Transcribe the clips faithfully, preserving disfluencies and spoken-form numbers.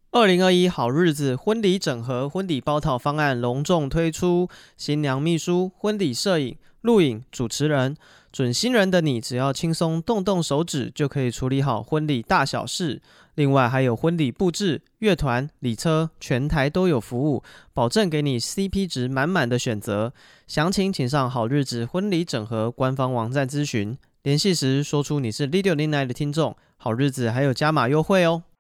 二零二一好日子婚礼整合婚礼包套方案隆重推出，新娘秘书、婚礼摄影、录影、主持人，准新人的你只要轻松动动手指就可以处理好婚礼大小事。另外还有婚礼布置、乐团、礼车，全台都有服务，保证给你 C P 值满满的选择。详情请上好日子婚礼整合官方网站咨询，联系时说出你是 L 六零九 的听众，好日子还有加码优惠哦。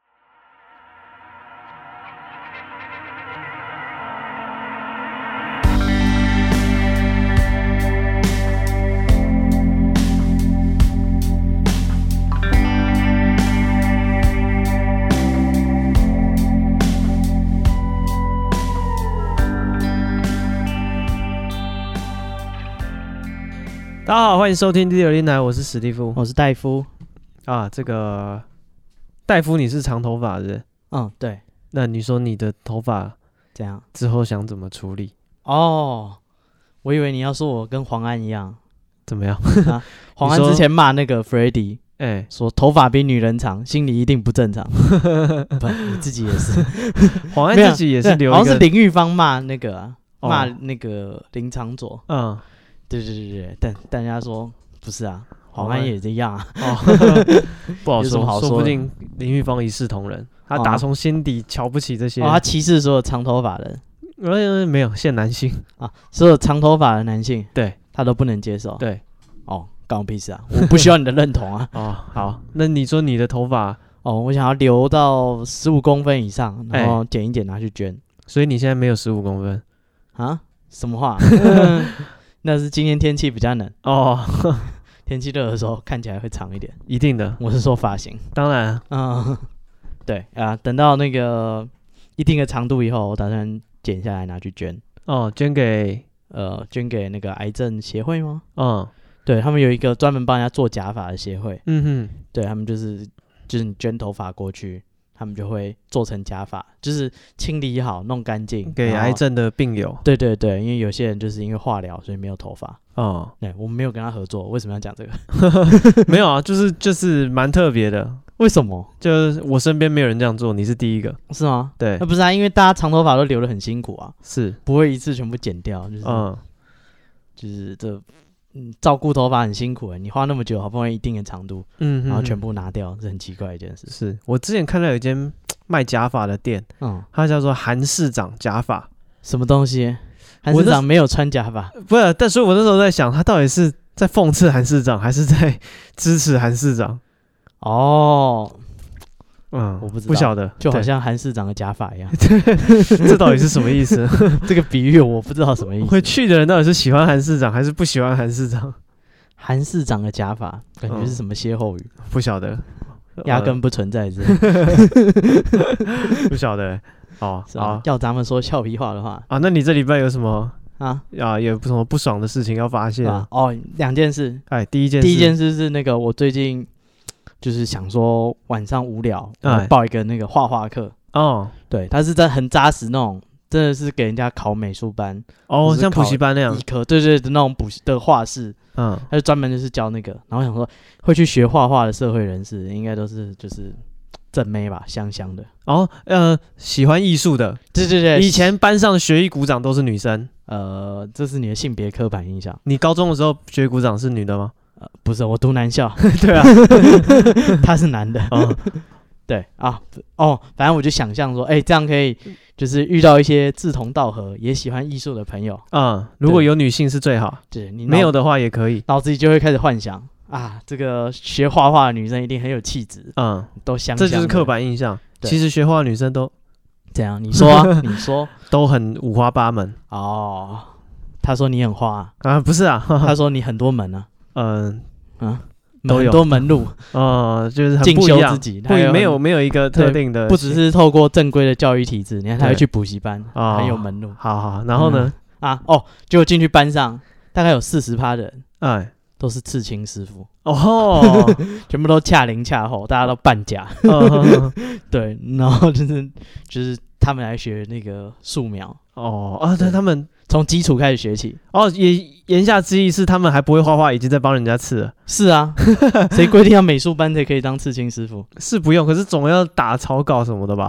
大家好，欢迎收听第六零来，我是史蒂夫， 我是戴夫啊。这个戴夫，你是长头发的， 嗯，对。 那你说你的头发怎样？ 之后想怎么处理？ 哦，我以为你要说我跟黄安一样， 怎么样？ 啊、黄安之前骂那个 Freddy， 哎、欸，说头发比女人长，心里一定不正常。不，你自己也是。 黄安自己也是留一个， 好像是林玉芳骂那个、啊，骂、 哦、 那个林长佐， 嗯。 对对对对，但但人家说不是啊，黄安也这样啊，哦、 不好说， 好说， 说不定林玉芳一视同仁，他打从心底瞧不起这些， 哦，他歧视所有长头发的人， 呃，没有限男性啊，所有长头发的男性， 对他都不能接受， 对， 哦，干我屁事啊，我不需要你的认同啊， 哦，好，那你说你的头发， 哦，我想要留到十五公分以上，然后剪一剪拿去捐，欸、 所以你现在没有十五公分啊？什么话？那是今天天气比较冷哦，天气热的时候看起来会长一点， 一定的。 我是说发型， 当然， 嗯，对啊，等到那个一定的长度以后，我打算剪下来拿去捐。 哦，捐给呃，捐给那个癌症协会吗？ 嗯， 对他们有一个专门帮人家做假发的协会， 嗯哼， 对他们就是就是你捐头发过去。他们就会做成假发，就是清理好、弄干净， 给癌症的病友。 对对对，因为有些人就是因为化疗，所以没有头发。 哦， 对，我们没有跟他合作，为什么要讲这个？ 没有啊，就是就是蛮特别的。 为什么？ 就是我身边没有人这样做，你是第一个。 是吗？ 对， 那不是啊，因为大家长头发都留得很辛苦啊， 是不会一次全部剪掉，就是，嗯，就是这。嗯，照顾头发很辛苦哎，你花那么久，好不容易一定的长度，嗯，然后全部拿掉，是很奇怪的一件事。 是我之前看到有一间卖假发的店，嗯，它叫做韩市长假发， 什么东西？韩市长没有穿假发， 不是，但所以我那时候在想，他到底是在讽刺韩市长，还是在支持韩市长？哦。嗯， 我不知道， 不晓得， 就好像韩市长的假发一样， 这到底是什么意思？ 这个比喻我不知道什么意思。 会去的人到底是喜欢韩市长还是不喜欢韩市长？ 韩市长的假发感觉是什么歇后语？嗯、 不晓得， 压根不存在这。 不晓得，哦， 好，要咱们说俏皮话的话啊，那你这礼拜有什么啊啊有什么不爽的事情要发现啊？ 哦，两件事。 哎，第一件事， 第一件事是那个我最近。就是想说晚上无聊，我报一个那个画画课哦，对，他是在很扎实那种，真的是给人家考美术班哦，像补习班那样， 医科，对对的那种补习的画室，嗯，他就专门就是教那个，然后想说会去学画画的社会人士，应该都是就是正妹吧，香香的哦，呃，喜欢艺术的， 对对对， 以前班上学艺股长都是女生， 呃，这是你的性别刻板印象。 你高中的时候学艺股长是女的吗？ 呃，不是，我读男校。 对啊， 他是男的。哦，对啊，哦，反正我就想象说，哎、欸，这样可以，就是遇到一些志同道合、也喜欢艺术的朋友。 嗯，如果有女性是最好。 对，你没有的话也可以。 脑子里就会开始幻想啊，这个学画画的女生一定很有气质。嗯，都香香的。 这就是刻板印象。其实学画的女生都怎样？你说啊，你说都很五花八门。 哦，他说你很花啊？ 啊，不是啊， 他说你很多门啊。嗯啊， 都有很多门路哦、呃，就是很进修不一样自己， 不没有没有一个特定的， 不只是透过正规的教育体制，你看他会去补习班， 哦、 很有门路。 好好，然后呢？ 嗯、啊哦，结果进去班上，大概有四十趴的人，哎，都是刺青师傅哦，全部都恰零恰后，大家都半假。哦、对，然后就是就是他们来学那个素描哦啊，对他们。 从基础开始学起哦，也言下之意是他们还不会画画，已经在帮人家刺了。 是啊，谁规定要美术班才可以当刺青师傅？ 是不用，可是总要打草稿什么的吧？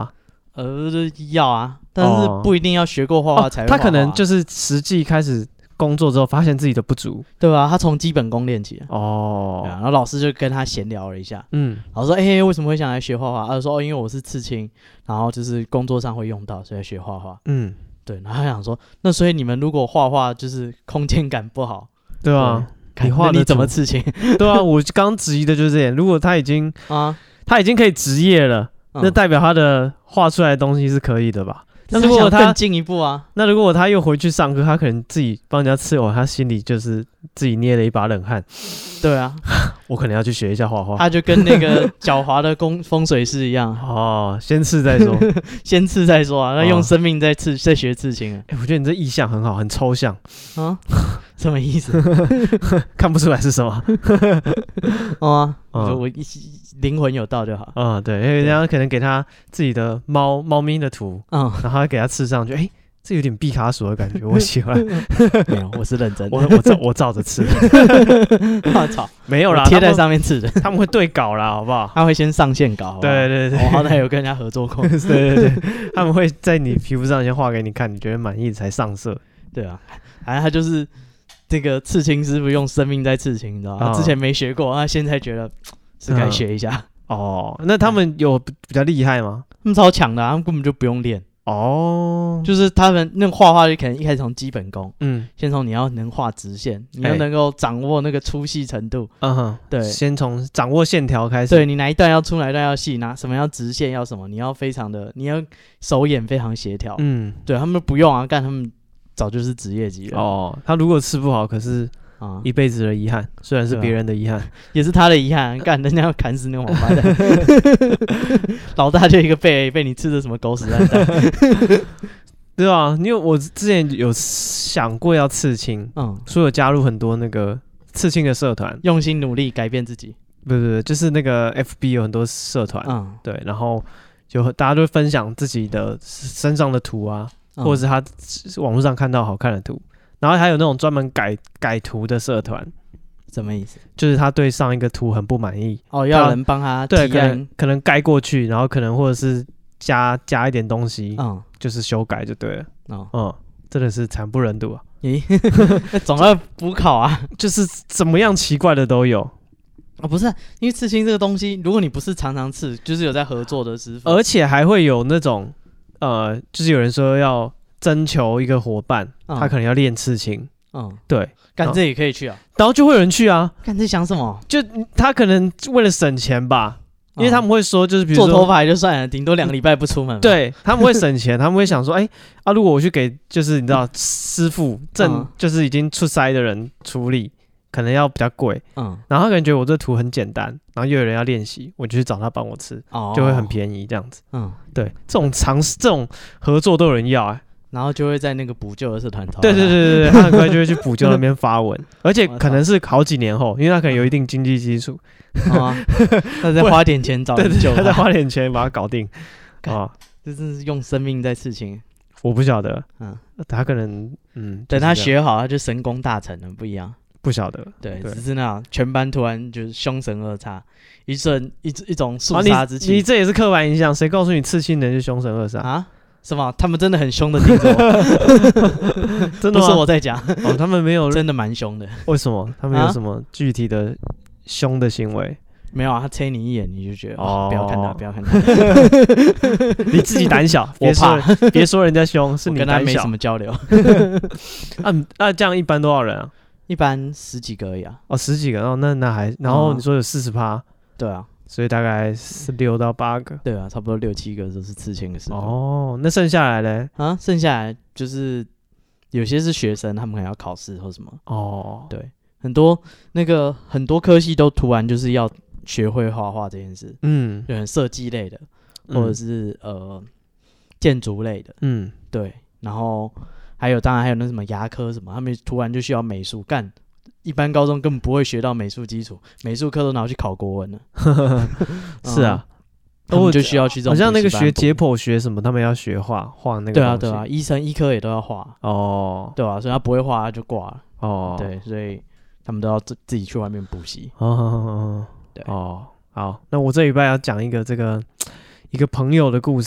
呃，要啊，但是不一定要学过画画才会画画、 哦。他可能就是实际开始工作之后，发现自己的不足， 对吧、啊？他从基本功练起。 哦、 啊，然后老师就跟他闲聊了一下，嗯，老师说：“哎、欸，为什么会想来学画画？”他就说：“哦，因为我是刺青，然后就是工作上会用到，所以学画画。”嗯，对。然后他想说：“那所以你们如果画画就是空间感不好， 对啊， 对你画你怎么刺青？ 对啊，我刚质疑的就是这点。如果他已经啊，他已经可以职业了。”那代表他的画出来的东西是可以的吧？那如果他更进一步啊， 那如果他又回去上课，他可能自己帮人家刺偶，他心里就是自己捏了一把冷汗。 对啊， 我可能要去学一下画画。 他就跟那个狡猾的风风水师一样， 哦，先刺再说， 先刺再说啊，那用生命在刺，在学刺青、啊。 哎、欸，我觉得你这意象很好，很抽象啊，什么意思？ 看不出来是什么。 哦啊，我说我灵魂有到就好。 嗯，对，因为人家可能给他自己的猫猫咪的图，嗯，然后他给他刺上去，哎、欸。这有点毕卡索的感觉，我喜欢。 没有，我是认真的， 我我照我照着吃。 我操， 没有啦， 贴在上面吃的。 他们会对稿啦，好不好？ 他会先上线稿。 对对对， 我好歹有跟人家合作过。 对对对，他们会在你皮肤上先画给你看，你觉得满意才上色。 对啊，反正他就是这个刺青师傅用生命在刺青，你知道吗？他之前没学过，他现在觉得是该学一下。 哦，那他们有比较厉害吗？ 他们超强的、啊，他们根本就不用练。哦，就是他们那画画就可能一开始从基本功，嗯，先从你要能画直线，你要能够掌握那个粗细程度，嗯哼，对， 先从掌握线条开始， 对你哪一段要粗，哪一段要细，哪什么要直线，要什么，你要非常的，你要手眼非常协调，嗯，对他们不用啊，干他们早就是职业级了。 哦，他如果吃不好，可是。啊，一辈子的遗憾，虽然是别人的遗憾，啊、 也是他的遗憾。干，人家要砍死那个王八蛋，老大就一个背被你吃的什么狗屎蛋蛋， 对啊，因为我之前有想过要刺青，嗯，所以我加入很多那个刺青的社团， 用心努力改变自己。 不不不，就是那个 F B 有很多社团，嗯，对，然后就大家都会分享自己的身上的图啊，嗯、或者是他网络上看到好看的图。然后还有那种专门改改图的社团， 什么意思？ 就是他对上一个图很不满意， 哦，要人帮他提案， 对，可能可能盖过去，然后可能或者是加加一点东西，嗯，就是修改就对了，哦，嗯，真的是惨不忍睹啊！ 咦，总要补考啊， 就是怎么样奇怪的都有。 哦，不是、啊，因为刺青这个东西，如果你不是常常刺，就是有在合作的师傅， 而且还会有那种，呃，就是有人说要。征求一个伙伴，嗯、他可能要练刺青，嗯，对， 干这也可以去啊， 然后就会有人去啊， 干这想什么？ 就他可能为了省钱吧，因为他们会说，就是比如说做头发也就算了，顶多两个礼拜不出门， 对，他们会省钱，他们会想说，哎、欸、啊，如果我去给就是你知道师傅正、嗯、就是已经出塞的人处理，可能要比较贵，嗯，然后他可能觉得我这图很简单，然后又有人要练习，我就去找他帮我刺，哦，就会很便宜这样子，嗯，对，这种尝试这种合作都有人要哎、欸。 然后就会在那个补救的社团讨对对对对对，他很快就会去补救那边发文，而且可能是好几年后，因为他可能有一定经济基础， 啊，他再花点钱找人救他， 他再花点钱把它搞定， 啊，这真是用生命在刺青。 我不晓得，嗯，他可能嗯， 等他学好，他就神功大成了，不一样。 不晓得， 对，只是那样，全班突然就是凶神恶煞，一阵一一种肃杀之气、 啊你。你这也是刻板印象，谁告诉你刺青的人就凶神恶煞啊？什么？他们真的很凶的盯着我， 真的不是我在讲哦，他们没有， 真的蛮凶的。 为什么？他们有什么具体的凶的行为？ 没有啊，他催你一眼，你就觉得哦，不要看他，不要看他。 你自己胆小， 我怕， 别说人家凶，是你胆小。 跟他没什么交流。 啊，那这样一般多少人啊？ 一般十几个而已啊。 哦，十几个，哦，那那还，然后你说有四十趴， 对啊。 所以大概是六到八个， 对啊，差不多六七个都是刺青的师傅。 哦，那剩下来呢？ 啊，剩下来就是有些是学生，他们可能要考试或什么。哦，对，很多那个很多科系都突然就是要学会画画这件事。嗯，有很设计类的，或者是、嗯、呃建筑类的。嗯，对，然后还有当然还有那什么牙科什么，他们突然就需要美术干。一般高中根本不会学到美术基础，美术课都拿去考国文了。 是啊， 他们就需要去这种。 好像那个学解剖学什么，他们要学画画那个。 对啊，对啊，医生医科也都要画。哦，对啊，所以他不会画他就挂了。哦，对，所以他们都要自自己去外面补习。哦， 对，哦，好，那我这礼拜要讲一个这个一个朋友的故事。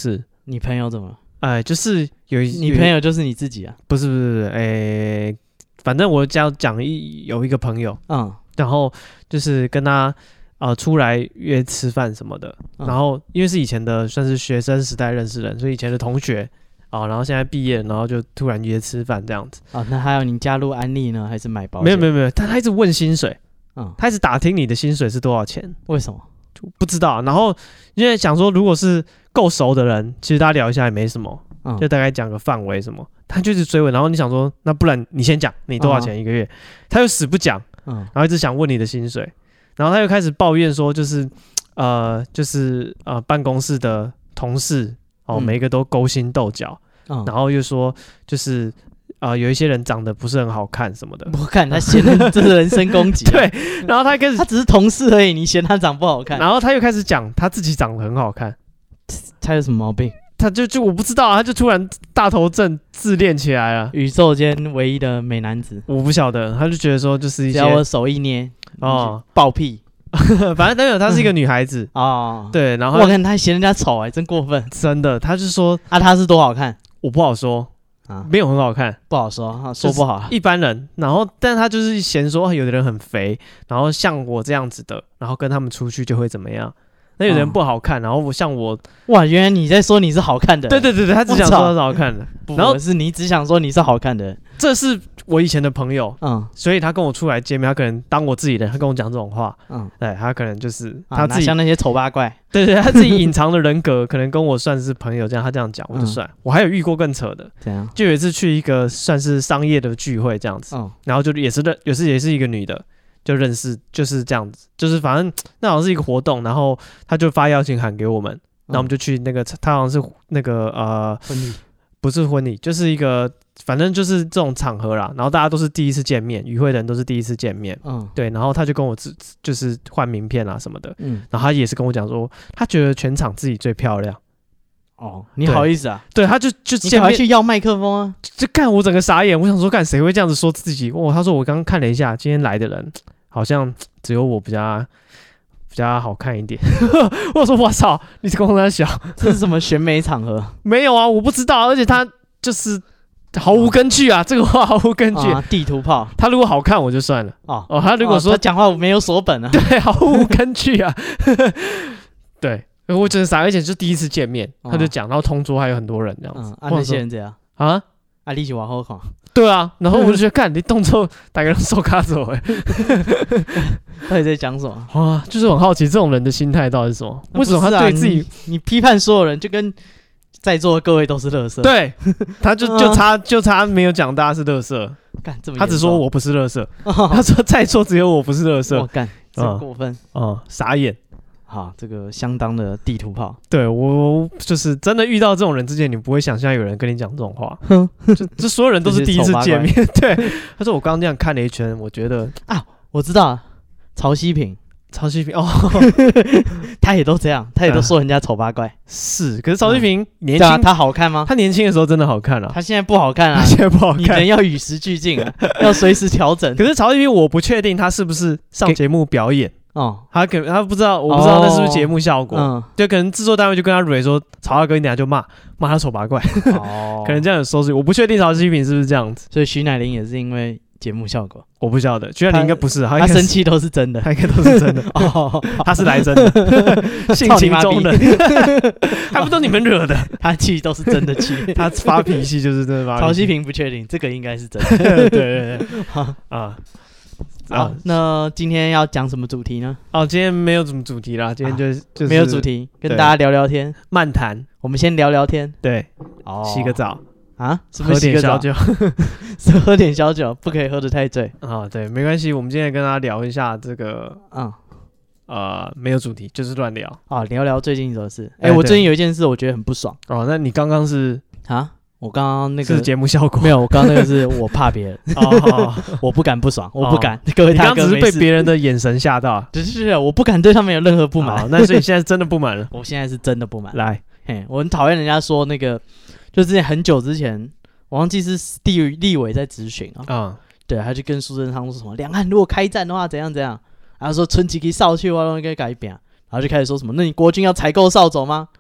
你朋友怎么了？ 哎，就是有一你朋友就是你自己啊？ 不是不是，哎，反正我要讲一有一个朋友，嗯，然后就是跟他呃出来约吃饭什么的，嗯、然后因为是以前的算是学生时代认识人，所以以前的同学啊、哦，然后现在毕业，然后就突然约吃饭这样子。 啊、哦，那还有你加入安利呢，还是买保险？ 没有没有没有，但他一直问薪水，嗯，他一直打听你的薪水是多少钱？ 为什么？ 不知道。然后因为想说，如果是够熟的人，其实大家聊一下也没什么，嗯、就大概讲个范围什么。他就一直追问，然后你想说，那不然你先讲，你多少钱一个月？嗯、他又死不讲，嗯，然后一直想问你的薪水，然后他又开始抱怨说，就是呃，就是呃，办公室的同事哦，嗯、每一个都勾心斗角，嗯、然后又说就是。呃，有一些人长得不是很好看什么的， 我看他嫌这是人身攻击、啊。 对，然后他开始， 他只是同事而已，你嫌他长不好看， 然后他又开始讲他自己长得很好看， 他有什么毛病？ 他就就我不知道、啊，他就突然大头症自恋起来了， 宇宙间唯一的美男子。 我不晓得，他就觉得说就是一些， 只要我手一捏，哦，爆屁。 反正等等，她是一个女孩子哦，对，然后我看他嫌人家丑哎、欸，真过分， 真的，他就说啊，他是多好看， 我不好说。啊，没有很好看， 不好说，啊、说不好。 一般人，然后，但他就是嫌说有的人很肥，然后像我这样子的，然后跟他们出去就会怎么样？那有的人不好看，然后我像我， 哇，原来你在说你是好看的。 对对对对，他只想说他是好看的， 然后是你只想说你是好看的。 这是我以前的朋友，嗯，所以他跟我出来见面，他可能当我自己人，他跟我讲这种话，嗯，对他可能就是他自己、 啊、像那些丑八怪， 对对，他自己隐藏的人格，可能跟我算是朋友这样，他这样讲我就算。嗯、我还有遇过更扯的， 怎样？ 就有一次去一个算是商业的聚会这样子，嗯、然后就也是认，也是也是一个女的。就认识就是这样子，就是反正那好像是一个活动，然后他就发邀请函给我们，然后我们就去那个，他好像是那个呃婚礼， 不是婚礼，就是一个反正就是这种场合啦，然后大家都是第一次见面，与会的人都是第一次见面，嗯，对，然后他就跟我自就是换名片啊什么的，嗯，然后他也是跟我讲说，他觉得全场自己最漂亮。 哦，你好意思啊？ 对，他就就你赶快去要麦克风啊！ 就干我整个傻眼，我想说干谁会这样子说自己？哦，他说我刚刚看了一下，今天来的人好像只有我比较比较好看一点。我说我操，你是公三小， 这是什么选美场合？ 没有啊，我不知道，而且他就是毫无根据啊，这个话毫无根据。 啊、地图炮， 他如果好看我就算了。哦哦，他如果说、 哦、他讲话没有所本啊， 对，毫无根据啊。对。我真的傻，而且就第一次见面，哦、他就讲，然后同桌还有很多人这样子。 嗯、啊，那些人这样啊？ 啊，你是往后看？ 对啊，然后我就觉得，干你动作大概收卡走哎。 到底在讲什么？ 哇，就是很好奇这种人的心态到底是什么？为什么他对自己、 啊你？你批判所有人，就跟在座的各位都是垃圾。 对，他就就差就差没有讲大家是垃圾。 干这么， 他只说我不是垃圾，哦、他说在座只有我不是垃圾。 我干，真过分哦、嗯嗯，傻眼。 好，这个相当的地图炮。 对我就是真的遇到这种人之前，你不会想象有人跟你讲这种话。就这所有人都是第一次见面。对，他说我刚刚这样看了一圈，我觉得啊，我知道曹希平， 曹希平哦， 他也都这样，他也都说人家丑八怪。 是，可是曹希平年轻、 啊，他好看吗？ 他年轻的时候真的好看啊， 他现在不好看啊， 他现在不好看， 你人要与时俱进啊，要随时调整。 可是曹希平，我不确定他是不是上节目表演。哦，他可他不知道，我不知道那是不是节目效果，哦嗯、就可能制作单位就跟他蕊说，曹大哥你等下就骂骂他丑八怪，哦、可能这样有收视，我不确定曹希平是不是这样子， 所以徐乃麟也是因为节目效果， 我不晓得，徐乃麟应该不是，他, 他生气都是真的， 他应该都是真的，哦，他是来真的，性情中人，还不都你们惹的， 他气都是真的气， 他发脾气就是真的发脾气。 曹希平不确定，这个应该是真的，对对对，啊。 好，那今天要讲什么主题呢？ 哦，今天没有什么主题啦，今天就、啊、就是没有主题，跟大家聊聊天， 漫谈。 我们先聊聊天， 对，哦，洗个澡啊，什么洗个澡？喝点小酒，是喝点小酒，不可以喝得太醉啊、哦。对，没关系，我们今天跟大家聊一下这个，嗯，呃，没有主题，就是乱聊啊，聊聊最近的事。哎、欸，我最近有一件事，我觉得很不爽。 哦，那你刚刚是啊？我刚刚那个是节目效果， 没有，我刚刚那个是我怕别人，哦，我不敢不爽，我不敢。 哦、 各位大哥， 你刚只是被别人的眼神吓到， 只是我不敢对他们有任何不满。 那所以现在真的不满了， 我现在是真的不满。 来， 嘿，我很讨厌人家说那个，就之前很久之前，我忘记是地立委在质询啊，嗯，对，他就跟苏贞昌说什么，两岸如果开战的话怎样怎样，然后说春季给少去，我都应该改变，然后就开始说什么，那你国军要采购扫帚吗？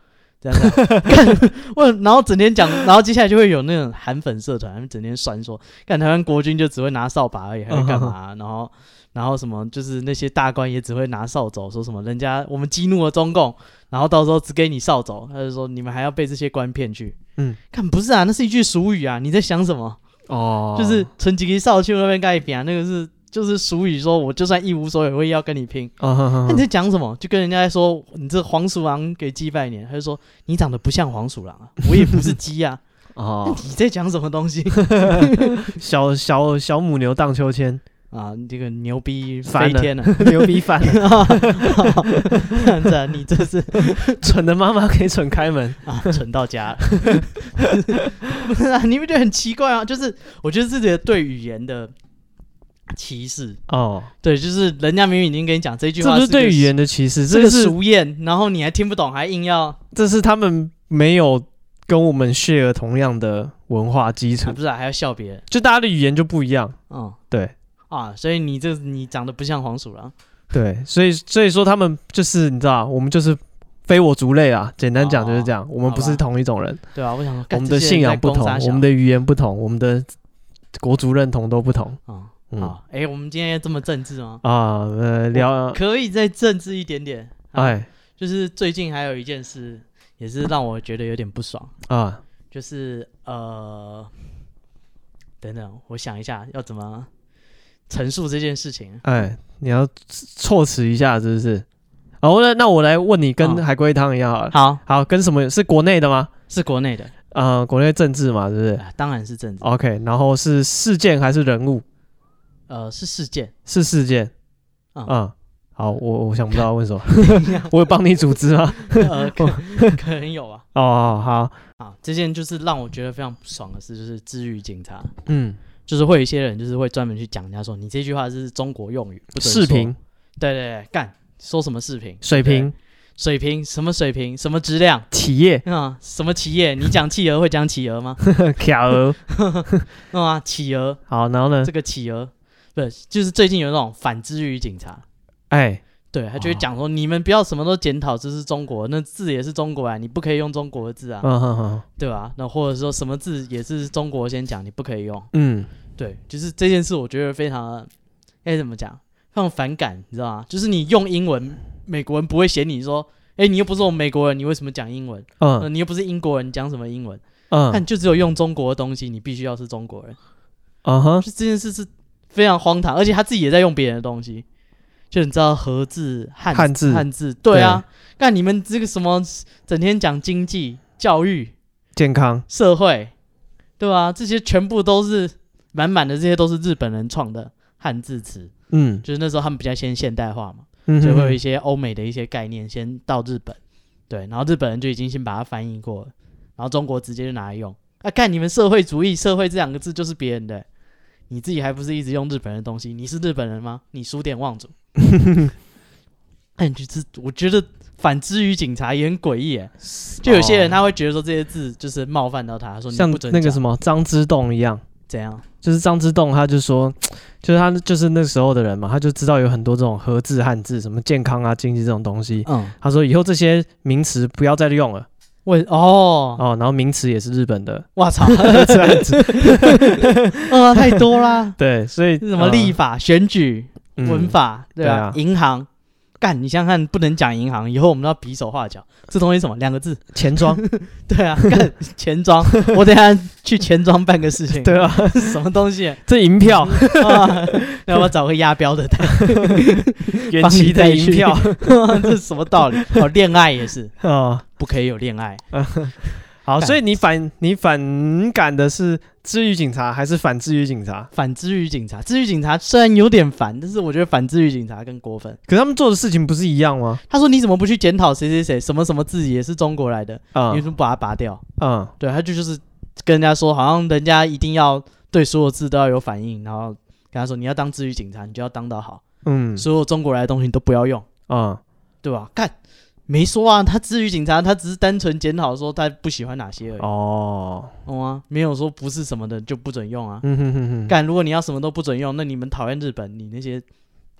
这样子干我，然后整天讲，然后接下来就会有那种韩粉社团，他们整天酸说，干台湾国军就只会拿扫把而已，还会干嘛、啊？然后，然后什么就是那些大官也只会拿扫帚，说什么人家我们激怒了中共，然后到时候只给你扫帚，他就说你们还要被这些官骗去。嗯，看不是啊，那是一句俗语啊，你在想什么？哦，就是存几个扫去那边盖饼啊，那个是。就是俗语说，我就算一无所有，我也要跟你拼。那、uh, 啊、你在讲什么？就跟人家说，你这黄鼠狼给鸡拜年，他就说你长得不像黄鼠狼啊，我也不是鸡啊。哦，你在讲什么东西？ 小小小母牛荡秋千啊，这个牛逼飞天了， 牛逼翻了。 这样子、啊，你这是蠢的妈妈可以蠢开门啊，蠢到家了。不是啊，你不觉得很奇怪啊？就是我觉得自己的对语言的。歧视哦，对，就是人家明明已经跟你讲这句话， 这不是对语言的歧视， 这个俗谚，然后你还听不懂，还硬要， 这是他们没有跟我们 share 同样的文化基础、 啊，不是、啊、还要笑别人， 就大家的语言就不一样，嗯，对啊，所以你这你长得不像黄鼠狼， 对，所以所以说他们就是你知道，我们就是非我族类啊，简单讲就是这样、哦，我们不是同一种人， 对啊，我想说我们的信仰不同，我们的语言不同，我们的国族认同都不同，嗯。 好，哎、欸，我们今天要这么政治吗？ 啊，呃，聊可以再政治一点点。哎，就是最近还有一件事，也是让我觉得有点不爽啊。就是呃，等等，我想一下要怎么陈述这件事情。哎， 你要措辞一下，是不是？哦，那那我来问你，跟海龟汤一样好了。 好， 好，跟什么？是国内的吗？ 是国内的。 呃，国内政治嘛，是不是？ 当然是政治。 OK， 然后是事件还是人物？ 呃，是事件， 是事件，嗯，嗯好，我我想不到问什么，我有帮你组织吗？ 呃，可, 可能有啊。 哦，好， 好，这件就是让我觉得非常不爽的事，就是支语警察，嗯，就是会有一些人就是会专门去讲人家说你这句话是中国用语，不准说视频， 对对对，干说什么视频？ 水平， 水平什么水平？什么质量？ 企业啊、嗯，什么企业？你讲企鹅会讲企鹅吗？ 卡鹅， 啊，企鹅， 好，然后呢？ 这个企鹅。对，就是最近有那种反支语警察，哎，对他就会讲说、哦，你们不要什么都检讨，这是中国，那字也是中国啊，你不可以用中国的字啊，嗯哼哼，对吧？那或者说什么字也是中国先讲，你不可以用，嗯，对，就是这件事，我觉得非常，该怎么讲，非常反感，你知道吗？就是你用英文，美国人不会嫌你说，哎，你又不是我们美国人，你为什么讲英文？嗯、呃，你又不是英国人，你讲什么英文？嗯，但就只有用中国的东西，你必须要是中国人，嗯哼，就这件事是。非常荒唐，而且他自己也在用别人的东西，就你知道和字、汉汉字、 汉字，对啊。看你们这个什么，整天讲经济、教育、 健康、 社会，对吧、啊？这些全部都是满满的，这些都是日本人创的汉字词。嗯，就是那时候他们比较先现代化嘛，嗯、所以会有一些欧美的一些概念先到日本，对，然后日本人就已经先把它翻译过了，然后中国直接就拿来用。啊，看你们社会主义，社会这两个字就是别人的。你自己还不是一直用日本人的东西？你是日本人吗？你数典忘祖。哎，就是我觉得反支语警察也很诡异哎，就有些人他会觉得说这些字就是冒犯到他，说你不准讲， 像那个什么张之洞一样， 怎样？ 就是张之洞他就说，就是他就是那时候的人嘛，他就知道有很多这种和字汉字，什么健康啊、经济这种东西。嗯，他说以后这些名词不要再用了。 为哦哦，然后名词也是日本的， 哇操，这样子，啊，太多啦。 对，所以什么立法、呃、选举、嗯、文法，对吧、啊？银行，干，你想想看，不能讲银行，以后我们都要比手画脚。这东西什么？两个字， 钱庄。 对啊，干钱庄，我等一下去钱庄办个事情。 对啊， 什么东西？ 这银票， 啊、要不要找个押标的？ 远期的银票， 这是什么道理？哦，恋爱也是哦。不可以有恋爱。 好，所以你反你反感的是支语警察还是反支语警察？ 反支语警察，支语警察虽然有点烦，但是我觉得反支语警察更过分。 可是他们做的事情不是一样吗？ 他说你怎么不去检讨谁谁谁什么什么字也是中国来的，嗯、你为什么把它拔掉？嗯，对，他就就是跟人家说，好像人家一定要对所有字都要有反应，然后跟他说你要当支语警察，你就要当到好，嗯，所有中国来的东西你都不要用，嗯，对吧？干。没说啊，他支语警察，他只是单纯检讨说他不喜欢哪些而已。哦，哦啊，没有说不是什么的就不准用啊。嗯哼哼哼。干，如果你要什么都不准用，那你们讨厌日本，你那些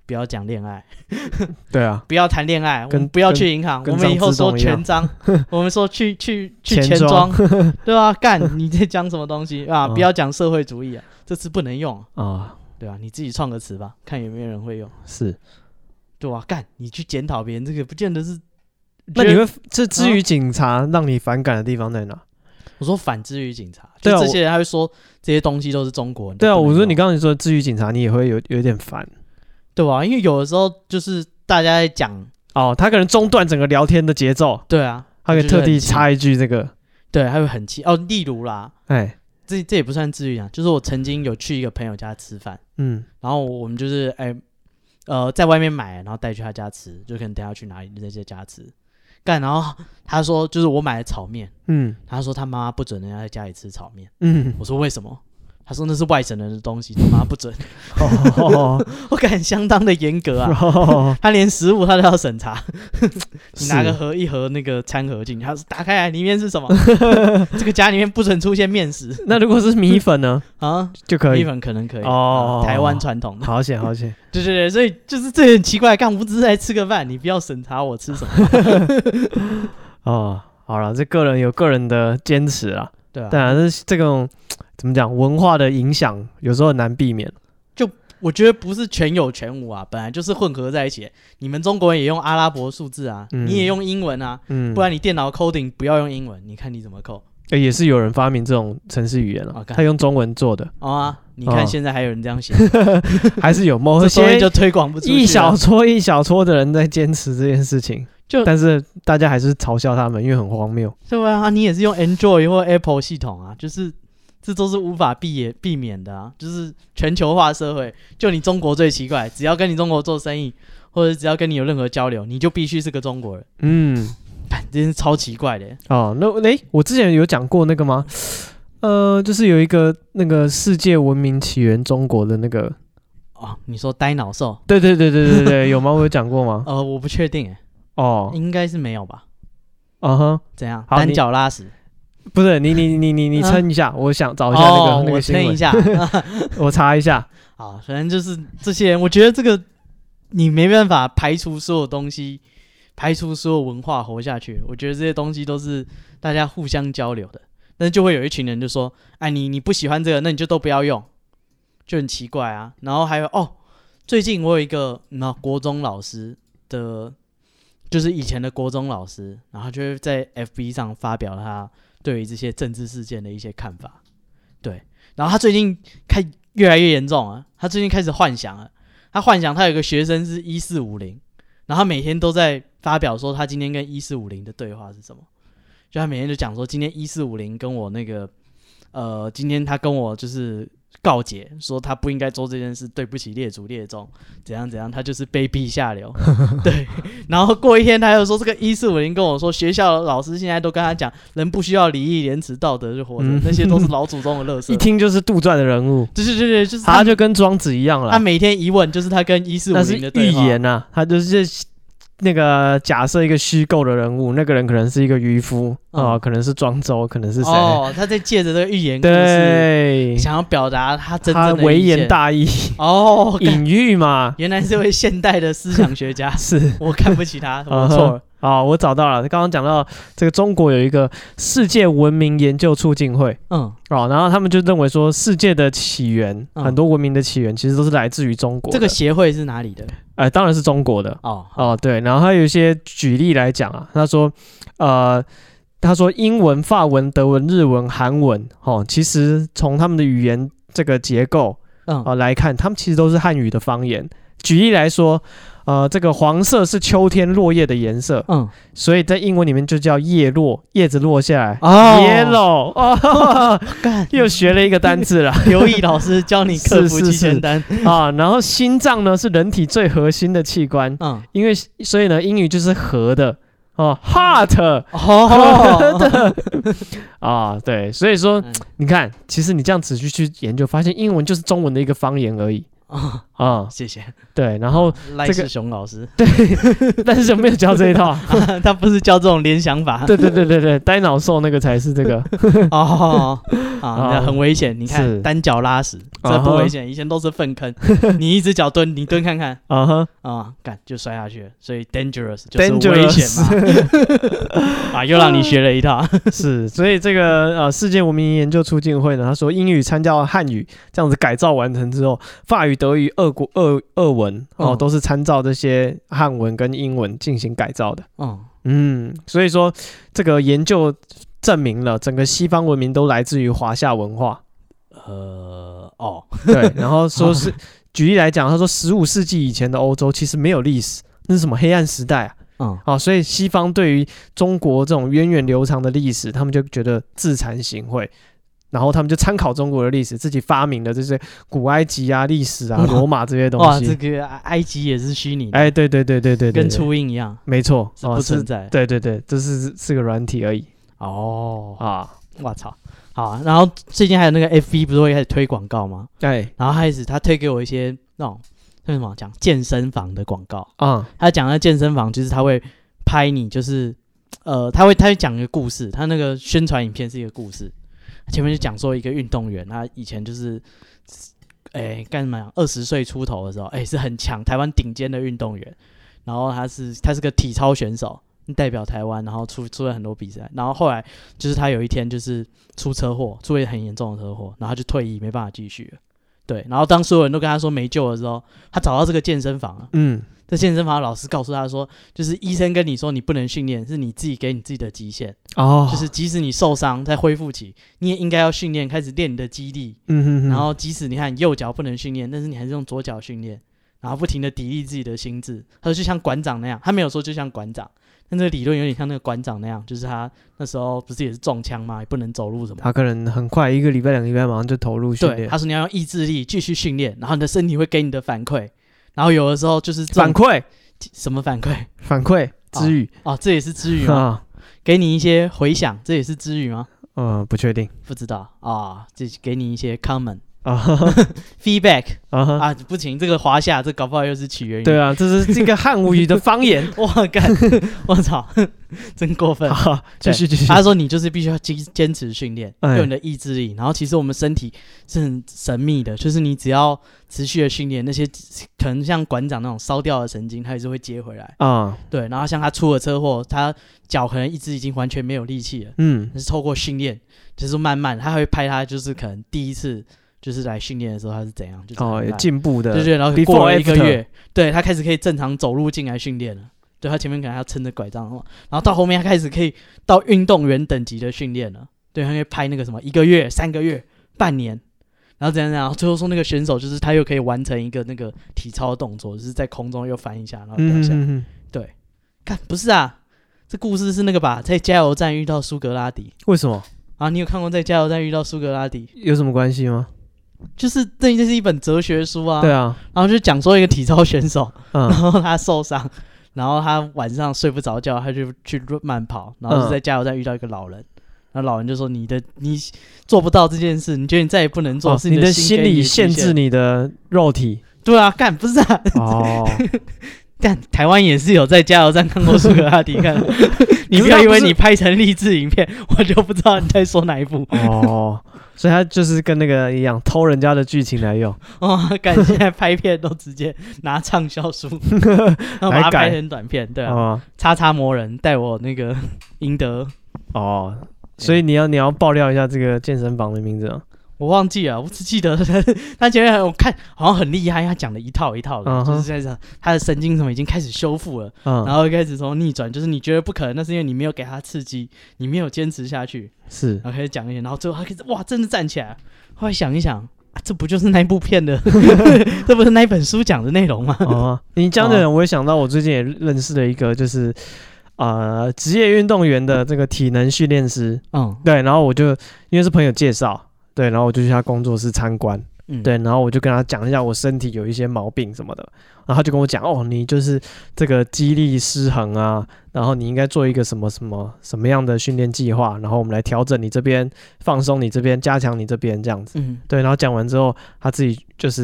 不要讲恋爱， 对啊， 不要谈恋爱，我们不要去银行，我们以后说全章，我们说去去去钱庄，对吧、啊？干，你在讲什么东西啊？不要讲社会主义啊，这次不能用啊，哦、对吧、啊？你自己创个词吧，看有没有人会用。 是， 对啊，干，你去检讨别人，这个不见得是。 那你会这至于警察让你反感的地方在哪？ 我说反之于警察，对啊，这些人他会说这些东西都是中国人。 对啊，我说你刚刚说至于警察，你也会有有点烦。 对吧、啊？因为有的时候就是大家在讲哦，他可能中断整个聊天的节奏。 对啊， 他可以特地插一句这个， 对，他会很气哦。例如啦， 哎， 这这也不算至于啊，就是我曾经有去一个朋友家吃饭，嗯，然后我们就是哎呃在外面买，然后带去他家吃，就可能等下去哪里在这家吃，干，然后他说就是我买的炒面，嗯，他说他妈妈不准人家在家里吃炒面，嗯，我说为什么？他说那是外省人的东西，他妈不准。哦、我感觉相当的严格啊，哦、他连食物他都要审查。你拿个盒一盒那个餐盒进去，他说打开来里面是什么？这个家里面不准出现面食。 那如果是米粉呢？啊，就可以。 米粉可能可以。哦，台湾传统的。 好险好险。 对对对，所以就是这很奇怪，干我只是来吃个饭，你不要审查我吃什么。 哦，好了，这个人有个人的坚持啊。 对啊， 当然是这种怎么讲，文化的影响有时候很难避免。 就我觉得不是全有全无啊，本来就是混合在一起。你们中国人也用阿拉伯数字啊，嗯、你也用英文啊，嗯、不然你电脑 coding 不要用英文，你看你怎么 code？、 欸、也是有人发明这种程式语言了、啊， 他用中文做的。 哦啊，你看现在还有人这样写， 哦、还是有某些就推广不出去， 一小撮一小撮的人在坚持这件事情。就但是大家还是嘲笑他们，因为很荒谬。 对啊，你也是用 Android 或 Apple 系统啊，就是这都是无法避避免的啊。就是全球化社会，就你中国最奇怪，只要跟你中国做生意，或者只要跟你有任何交流，你就必须是个中国人。嗯，这是超奇怪的。 哦，那诶、欸，我之前有讲过那个吗？呃，就是有一个那个世界文明起源中国的那个哦，你说呆脑兽？ 对对对对对对，有吗？我有讲过吗？ 呃，我不确定哎。哦，应该是没有吧？ 嗯哼， 怎样？单脚拉屎？ 不是，你你你你你撑一下，我想找一下那个、 哦、 那个新闻。 我撑一下， 我查一下。 好，反正就是这些人，我觉得这个你没办法排除所有东西，排除所有文化活下去。我觉得这些东西都是大家互相交流的，但是就会有一群人就说：“哎，你你不喜欢这个，那你就都不要用。”就很奇怪啊。然后还有哦，最近我有一个那国中老师的。就是以前的国中老师，然后就会在 F B 上发表他对于这些政治事件的一些看法，对。然后他最近开越来越严重了，他最近开始幻想了，他幻想他有一个学生是一四五零，然后他每天都在发表说他今天跟一四五零的对话是什么，就他每天就讲说今天一四五零跟我那个呃，今天他跟我就是告解说他不应该做这件事，对不起列祖列宗，怎样怎样，他就是卑鄙下流。对，然后过一天他又说这个一四五零跟我说，学校的老师现在都跟他讲，人不需要礼义廉耻道德就活着，嗯、那些都是老祖宗的垃圾。 一听就是杜撰的人物。 对对对对，就是他, 他就跟庄子一样了。 他每天一问就是他跟一四五零的对话。 那是预言啊，他就是。那个假设一个虚构的人物，那个人可能是一个渔夫啊、嗯呃，可能是庄周，可能是谁？ 哦，他在借着这个寓言故事，想要表达他真正的微言大义哦，隐喻嘛。 原来是位现代的思想学家，是我看不起他，我错了。 啊、哦，我找到了。刚刚讲到这个中国有一个世界文明研究促进会，嗯，哦，然后他们就认为说，世界的起源，嗯、很多文明的起源其实都是来自于中国。 这个协会是哪里的？ 呃，当然是中国的。哦哦，对。然后他有一些举例来讲啊，他说，呃，他说英文、法文、德文、日文、韩文，哦，其实从他们的语言这个结构，嗯、呃，来看，他们其实都是汉语的方言。举例来说。呃，这个黄色是秋天落叶的颜色，嗯，所以在英文里面就叫叶落，叶子落下来，哦 ，yellow， 哦，又学了一个单字了。 刘毅老师教你克服七千单啊。然后心脏呢是人体最核心的器官，嗯，因为所以呢英语就是核的哦 ，heart， 哦，核的啊，对，所以说、嗯、你看，其实你这样仔细去研究，发现英文就是中文的一个方言而已。 啊，谢谢。 对，然后赖世雄老师， 对，赖世雄没有教这一套，啊、 他不是教这种联想法。 对对对对对，呆脑兽那个才是这个。 哦，啊，那很危险。你看单脚拉屎，这不危险，以前都是粪坑。你一只脚蹲，你蹲看看，啊哈，啊，干就摔下去了。所以 dangerous 就是危险嘛。啊，又让你学了一套。 是，所以这个呃世界文明研究促进会呢，他说英语参加汉语这样子改造完成之后，法语、德语、俄国俄俄文哦、嗯、都是参照这些汉文跟英文进行改造的。嗯嗯，所以说这个研究证明了整个西方文明都来自于华夏文化。呃哦，对，然后说是举例来讲，他说十五世纪以前的欧洲其实没有历史，那是什么黑暗时代啊？嗯，好、哦，所以西方对于中国这种源远流长的历史，他们就觉得自惭形秽，然后他们就参考中国的历史，自己发明的这些古埃及啊、历史啊、罗马这些东西。 哇，这个埃及也是虚拟的。 哎，对对对对 对, 对, 对， 跟初印一样， 没错， 是不存在、哦。 对对对，这是是个软体而已。 哦啊，我操！好、啊，然后最近还有那个 F B 不是会开始推广告吗？对，然后开始他推给我一些那种。那什么讲健身房的广告啊、嗯？他讲的健身房就是他会拍你，就是呃，他会他会讲一个故事，他那个宣传影片是一个故事，前面就讲说一个运动员，他以前就是哎干什么呀？二十岁出头的时候，哎是很强，台湾顶尖的运动员，然后他是他是个体操选手，代表台湾，然后出出了很多比赛，然后后来就是他有一天就是出车祸，出了很严重的车祸，然后他就退役，没办法继续了。对，然后当所有人都跟他说没救的时候，他找到这个健身房了。嗯，这健身房的老师告诉他说，就是医生跟你说你不能训练，是你自己给你自己的极限。哦，就是即使你受伤在恢复期，你也应该要训练，开始练你的肌力。嗯哼哼。然后即使你看右脚不能训练，但是你还是用左脚训练，然后不停的砥砺自己的心智。他说就像馆长那样，他没有说就像馆长。但这个理论有点像那个馆长那样，就是他那时候不是也是中枪吗？也不能走路什么。 他可能很快一个礼拜、两个礼拜马上就投入训练。 对，他说你要用意志力继续训练，然后你的身体会给你的反馈。然后有的时候就是反馈， 什么反馈？ 反馈知语哦, 哦，这也是知语吗？给你一些回响，这也是知语吗？ 嗯，不确定， 不知道啊。这给你一些 comment。啊 ，feedback 啊, 啊，不行，这个华夏，这搞不好又是起源于对啊，这是这个汉武语的方言。 哇，干，我操，真过分！ 继续继续。 他说你就是必须要坚持训练，用你的意志力。然后其实我们身体是很神秘的，就是你只要持续的训练，那些可能像馆长那种烧掉的神经，他也是会接回来啊、嗯。对，然后像他出了车祸，他脚可能一只已经完全没有力气了，嗯，是透过训练，就是慢慢他会拍他，就是可能第一次。就是来训练的时候他是怎样，就是哦有进步的， 对对，然后过了一个月，对他开始可以正常走路进来训练了。对他前面可能要撑着拐杖，然后到后面他开始可以到运动员等级的训练了。对，他可以拍那个什么一个月、三个月、半年，然后怎样怎样，最后说那个选手就是他又可以完成一个那个体操的动作，就是在空中又翻一下，然后掉下来。嗯哼哼对，看不是啊，这故事是那个吧，在加油站遇到苏格拉底。 为什么啊？你有看过在加油站遇到苏格拉底有什么关系吗？ 就是这就是一本哲学书啊， 对啊， 然后就讲说一个体操选手，嗯、然后他受伤，然后他晚上睡不着觉，他就去慢跑，然后就在加油站遇到一个老人，然后老人就说：“你的你做不到这件事，你觉得你再也不能做，哦、是你的心理限制你的肉体。” 对啊，干不是啊，哦，干台湾也是有在加油站看过苏格拉底看，你不要以为你拍成励志影片，我就不知道你在说哪一部哦。所以他就是跟那个一样，偷人家的剧情来用。 哦，感现在拍片都直接拿畅销书，然后把它拍成短片，对啊。哦、叉叉魔人带我那个赢得哦，所以你要你要爆料一下这个健身房的名字啊。 我忘记了，我只记得他前面我看好像很厉害，他讲的一套一套的， uh-huh. 就是在讲他的神经什么已经开始修复了， uh-huh. 然后开始从逆转，就是你觉得不可能，那是因为你没有给他刺激，你没有坚持下去， 是， 然后开始讲一些，然后最后他开始哇，真的站起来，后来想一想，啊、这不就是那部片的，这不是那一本书讲的内容吗？哦， 你讲的人，我也想到我最近也认识了一个，就是。呃，职业运动员的这个体能训练师，嗯，对，然后我就因为是朋友介绍，对，然后我就去他工作室参观，嗯，对，然后我就跟他讲一下我身体有一些毛病什么的，然后他就跟我讲，哦，你就是这个肌力失衡啊，然后你应该做一个什么什么什么样的训练计划，然后我们来调整你这边，放松你这边，加强你这边这样子，嗯，对，然后讲完之后，他自己就是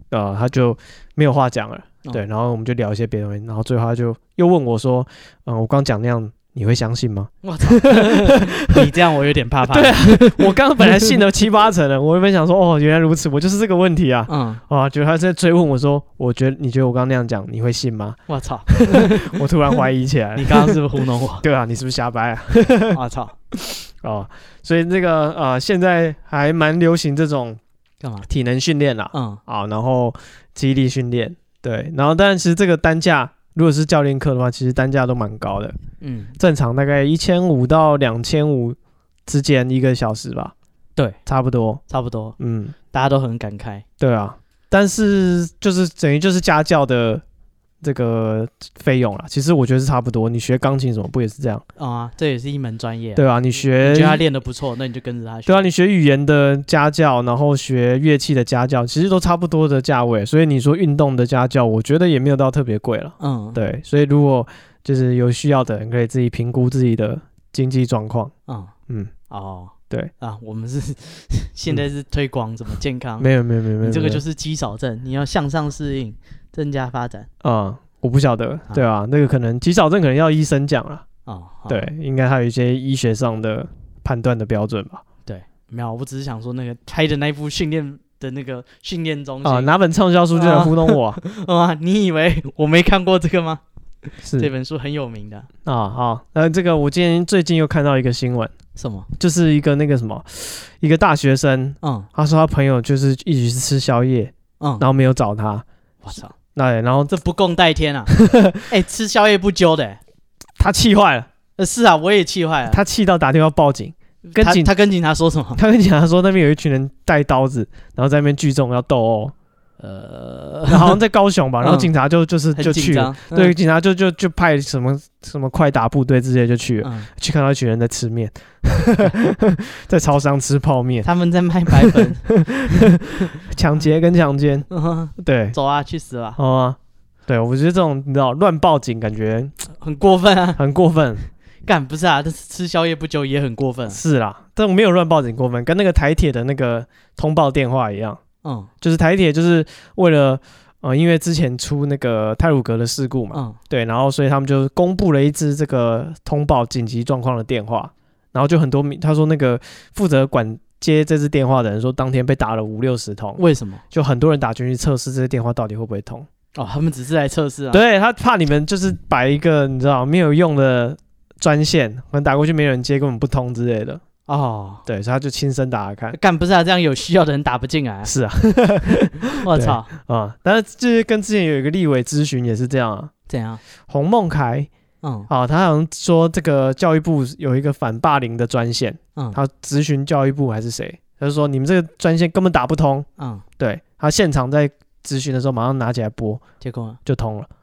呃，他就没有话讲了，哦、对，然后我们就聊一些别的东西，然后最后他就又问我说，嗯、呃，我刚讲那样。你会相信吗？ 我操！你这样我有点怕怕。 对啊，我刚刚本来信了七八成了，我原本想说，哦，原来如此，我就是这个问题啊。嗯，啊，觉得他在追问我说，我觉得你觉得我刚刚那样讲，你会信吗？ 我操！ 我突然怀疑起来了。 你刚刚是不是糊弄我？ 对啊，你是不是瞎掰啊？ 我操！ 哦，所以这个呃，现在还蛮流行这种干嘛体能训练啦，嗯，啊，然后肌力训练，对，然后但其实这个单价。如果是教练课的话，其实单价都蛮高的，嗯，正常大概一千五到两千五之间一个小时吧， 对， 差不多， 差不多，嗯，大家都很感慨， 对啊，但是就是等于就是家教的这个费用啦，其实我觉得是差不多。你学钢琴什么不也是这样啊？这也是一门专业、啊， 对啊，你学， 你觉得他练得不错，那你就跟着他学。 对啊，你学语言的家教，然后学乐器的家教，其实都差不多的价位。所以你说运动的家教，我觉得也没有到特别贵了。嗯，对，所以如果就是有需要的人，可以自己评估自己的经济状况。嗯嗯， 哦。 对啊，我们是现在是推广怎么健康， 嗯、没有没有没有没有， 你这个就是肌少症，你要向上适应，增加发展。 啊、嗯，我不晓得，对啊，那个可能肌少症可能要医生讲了。哦，对，应该还有一些医学上的判断的标准吧。 对，没有，我只是想说那个拍的那部训练的那个训练中心啊，哪本畅销书就能糊弄我啊？你以为我没看过这个吗？是这本书很有名的啊。好，那这个我今天最近又看到一个新闻。 什么？ 就是一个那个什么，一个大学生，嗯，他说他朋友就是一起去吃宵夜，嗯，然后没有找他， 我操， 那然后这不共戴天啊！哎、欸，吃宵夜不揪的、欸， 他气坏了。 呃，是啊，我也气坏了。 他气到打电话报警，跟警他，他跟警察说什么？ 他跟警察说那边有一群人带刀子，然后在那边聚众要斗殴。呃，好像在高雄吧，然后警察就就是就去了， 嗯、 对，警察就就就派什么什么快打部队之类就去了，嗯、去看到一群人在吃面，在超商吃泡面， 他们在卖白粉， 抢劫跟强奸， 嗯、 对， 走啊，去死吧！ 好啊，对，我觉得这种你知道乱报警，感觉很过分啊， 很过分。 干不是啊，但是吃宵夜不久也很过分、啊。 是啦，但我没有乱报警过分，跟那个台铁的那个通报电话一样。嗯，就是台铁就是为了呃，因为之前出那个太鲁阁的事故嘛，嗯，对，然后所以他们就公布了一支这个通报紧急状况的电话，然后就很多他说那个负责管接这支电话的人说，当天被打了五六十通， 为什么？ 就很多人打进去测试这些电话到底会不会通。 哦，他们只是来测试啊。 对，他怕你们就是摆一个你知道没有用的专线，可能打过去没人接，根本不通之类的。哦，对，所以他就亲身打来看， 干不是啊？这样有需要的人打不进来、啊。 是啊， 我操啊、嗯！但是就是跟之前有一个立委咨询也是这样啊。 怎样？ 洪孟凯，嗯，啊，他好像说这个教育部有一个反霸凌的专线，嗯，他咨询教育部还是谁，他就说你们这个专线根本打不通，嗯，对，他现场在咨询的时候马上拿起来拨， 结果就通了。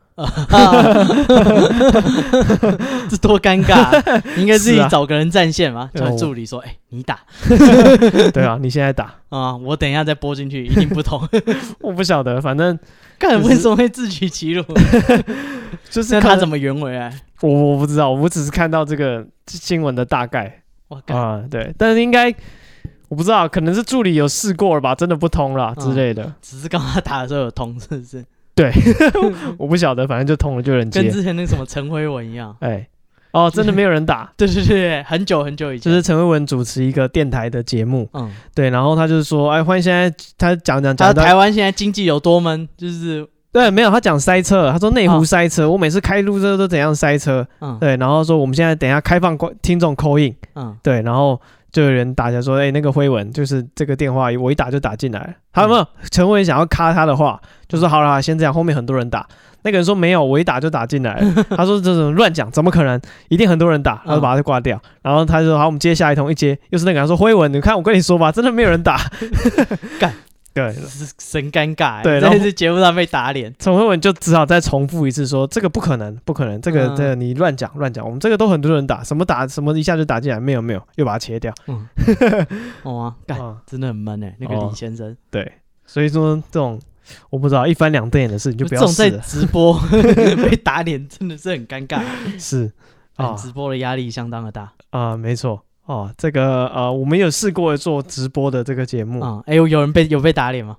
这多尴尬、啊！你应该自己找个人占线嘛，叫、啊、助理说：“哎、欸，你打。” 对啊，你现在打啊，我等一下再拨进去，一定不通。 我不晓得，反正看为什么会自取其辱， 就是他怎么圆回来？ 我我不知道，我只是看到这个新闻的大概。啊，对，但是应该我不知道，可能是助理有试过了吧，真的不通了、嗯、之类的。 只是刚刚他打的时候有通，是不是？ 对，我不晓得，反正就通了，就有人接， 跟之前那个什么陈辉文一样。 哎、欸，哦，真的没有人打。 对对对，很久很久以前， 就是陈辉文主持一个电台的节目，嗯，对，然后他就是说，哎，欢迎现在他讲讲讲， 他台湾现在经济有多闷，就是对，没有他讲塞车，他说内湖塞车，哦、我每次开路车都怎样塞车，嗯，对，然后说我们现在等一下开放听众 call in，嗯，对，然后。就有人打起来说，哎、欸，那个辉文就是这个电话，我一打就打进来。他有没有陈辉文想要卡他的话，就说好了，先这样。后面很多人打，那个人说没有，我一打就打进来。他说这种乱讲，怎么可能？一定很多人打，他就把他挂掉。然后他就说好，我们接下一通，一接又是那个人说辉文，你看我跟你说吧，真的没有人打， 干。对，神尴尬。 对， 在这节目上被打脸， 陈辉文就只好再重复一次说：“这个不可能，不可能，这个、嗯、这个你乱讲乱讲，我们这个都很多人打，什么打什么一下就打进来，没有没有，又把它切掉。嗯” 哦啊，干、嗯，真的很闷哎，那个李先生、哦。 对，所以说这种我不知道一翻两瞪眼的事，你就不要试了。 这种在直播被打脸真的是很尴尬。 是啊，直播的压力相当的大啊、呃，没错。哦，这个呃，我们有试过做直播的这个节目啊， 哎、嗯，有有人被有被打脸吗？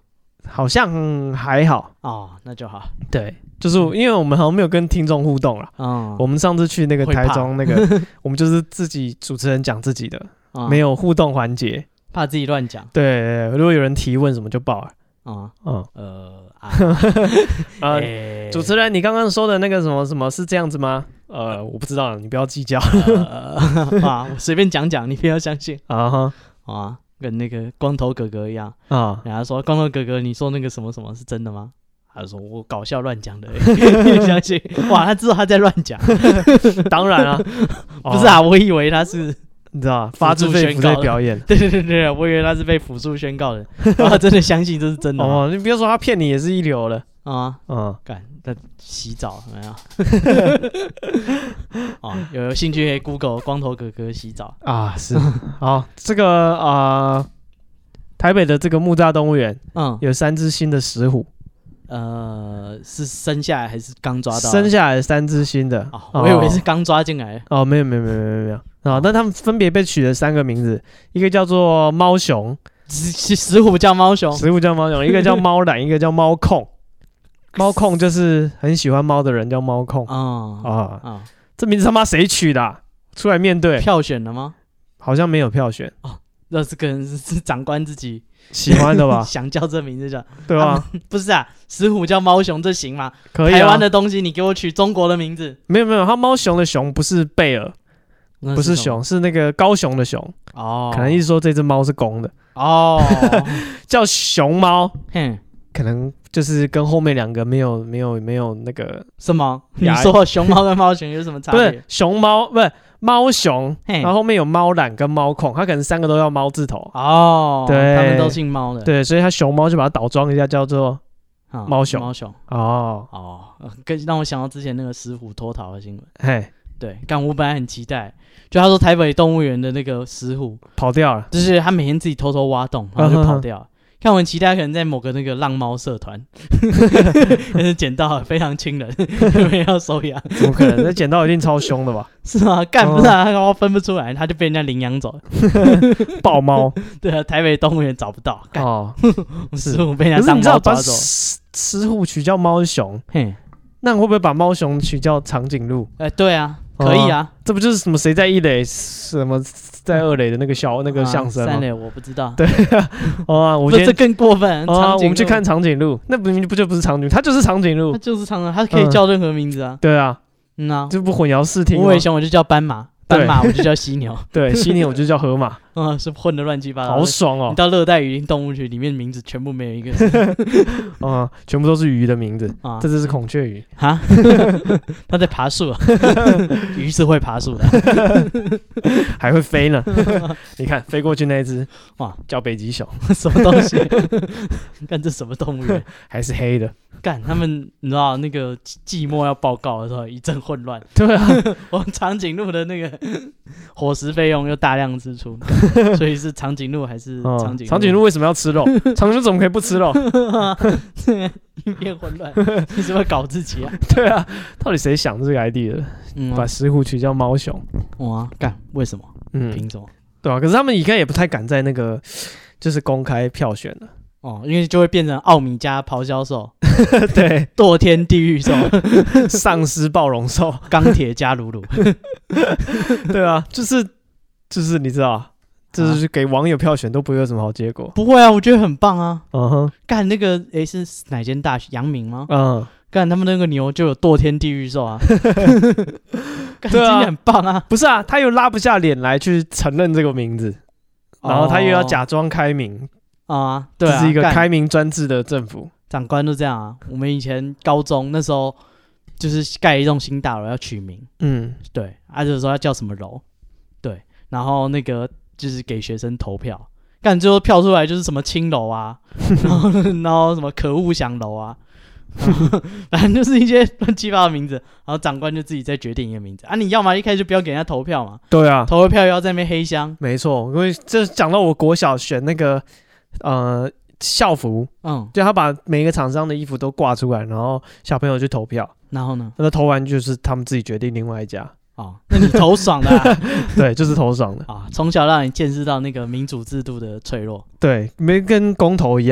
好像还好哦，那就好。 对，就是因为我们好像没有跟听众互动了。嗯，我们上次去那个台中那个，我们就是自己主持人讲自己的，嗯、没有互动环节， 怕自己乱讲。 对，如果有人提问什么就报了。啊、嗯，嗯呃啊，呃，欸、主持人，你刚刚说的那个什么什么是这样子吗？呃，我不知道，你不要计较。 呃、啊，我随便讲讲，你不要相信啊哈啊。跟那个光头哥哥一样啊，人家说光头哥哥，你说那个什么什么是真的吗？他就说我搞笑乱讲的，你相信？哇，他知道他在乱讲， 当然啊， 不是啊，我以为他是你知道发自肺腑在表演， 对对对对，我以为他是被辅助宣告的，然后真的相信这是真的哦，你不要说他骗你也是一流了啊，嗯，干在洗澡没有？哦，有有兴趣可以 Google 光头哥哥洗澡啊，是好这个啊、呃，台北的这个木栅动物园，嗯，有三只新的石虎， 呃，是生下来还是刚抓到？ 生下来三只新的， 哦，我以为是刚抓进来。 哦，没有没有没有没有没有啊，那他们分别被取了三个名字，一个叫做猫熊， 石虎叫猫熊， 石虎叫猫熊，一个叫猫懒，一个叫猫控。猫控就是很喜欢猫的人叫猫控啊啊啊！这名字他妈谁取的、啊？出来面对票选了吗？ 好像没有票选哦，那这个人是长官自己喜欢的吧？ 想叫这名字叫对吧、啊？ 不是啊，石虎叫猫熊这行吗？ 可以、啊。 台湾的东西你给我取中国的名字？ 没有没有，他猫熊的熊不是贝尔，不是熊，是那个高雄的熊哦。可能意思说这只猫是公的哦，叫熊猫。哼。可能就是跟后面两个没有没有没有那个什么？你说熊猫跟猫熊有什么差别？ 不是熊猫，不是猫熊，然后后面有猫懒跟猫控，它可能三个都要猫字头哦。对，他们都姓猫的。 对，所以它熊猫就把它倒装一下，叫做猫熊。 猫熊哦哦，跟让我想到之前那个石虎脱逃的新闻。嘿，对，但我本来很期待，就他说台北动物园的那个石虎跑掉了， 就是他每天自己偷偷挖洞，然后就跑掉了。看我很期待，可能在某个那个浪猫社团，但是捡到非常亲人，因为要收养。 怎么可能？那捡到一定超凶的吧？ 是吗？干不是啊，他分不出来，他就被人家领养走了。 豹猫， 对啊，台北动物园找不到。哦，石虎被人家当猫抓走。 石虎取叫猫熊，嘿，那你会不会把猫熊取叫长颈鹿？ 哎、欸，对啊，可以啊、哦， 这不就是什么谁在一垒，什么在二垒的那个小那个相声吗？ 三垒我不知道。 对啊，哦，我觉得这更过分。 哦，我们去看长颈鹿，那不不就不是长颈鹿，它就是长颈鹿， 它就是长颈鹿，它可以叫任何名字啊。 嗯、对啊， 嗯啊， 这不混淆视听吗？ 无尾熊我就叫斑马，斑马我就叫犀牛， 对，犀牛我就叫河马。 嗯，是混的乱七八糟， 好爽哦！ 你到热带雨林动物区里面，名字全部没有一个， 嗯，全部都是鱼的名字啊。这只是孔雀鱼哈，它在爬树啊，鱼是会爬树的， 还会飞呢。你看飞过去那一只，哇，叫北极熊， 什么东西？看这什么动物园？ 还是黑的。 干他们，你知道那个季末要报告的时候一阵混乱。 对啊， 我们长颈鹿的那个伙食费用又大量支出。所以是长颈鹿还是长颈鹿？ 长颈鹿为什么要吃肉？长颈鹿怎么可以不吃肉？ 一片混乱，你是不是搞自己啊？ 对啊，到底谁想这个 idea 的？嗯啊、把石虎取叫猫熊？ 哇，干为什么？嗯，凭什么？ 对啊，可是他们应该也不太敢在那个就是公开票选了。 哦，因为就会变成奥米加咆哮兽， 对， 堕天地狱兽， 丧尸暴龙兽， 钢铁加鲁鲁。 对啊，就是就是你知道。就是给网友票选都不会有什么好结果。 不会啊，我觉得很棒啊。嗯哼，干那个诶是哪间大学？阳明吗？嗯，干他们那个牛就有堕天地狱兽啊。对啊，很棒啊。 不是啊，他又拉不下脸来去承认这个名字，哦、然后他又要假装开明啊。对啊， 这是一个开明专制的政府。 长官都这样啊。我们以前高中那时候就是盖一栋新大楼要取名，嗯，对，啊就是说要叫什么楼，对，然后那个。就是给学生投票，干最后票出来就是什么青楼啊，然后然后什么可恶响楼啊，反正就是一些乱七八糟的名字，然后长官就自己再决定一个名字啊。你要嘛一开始就不要给人家投票嘛， 对啊， 投了票又要在那边黑箱， 没错。因为这讲到我国小选那个呃校服，嗯，就他把每一个厂商的衣服都挂出来，然后小朋友去投票， 然后呢， 那投完就是他们自己决定另外一家。 哦，那你投爽的、啊， 对，就是投爽的啊！从小让你见识到那个民主制度的脆弱， 对，没跟公投一样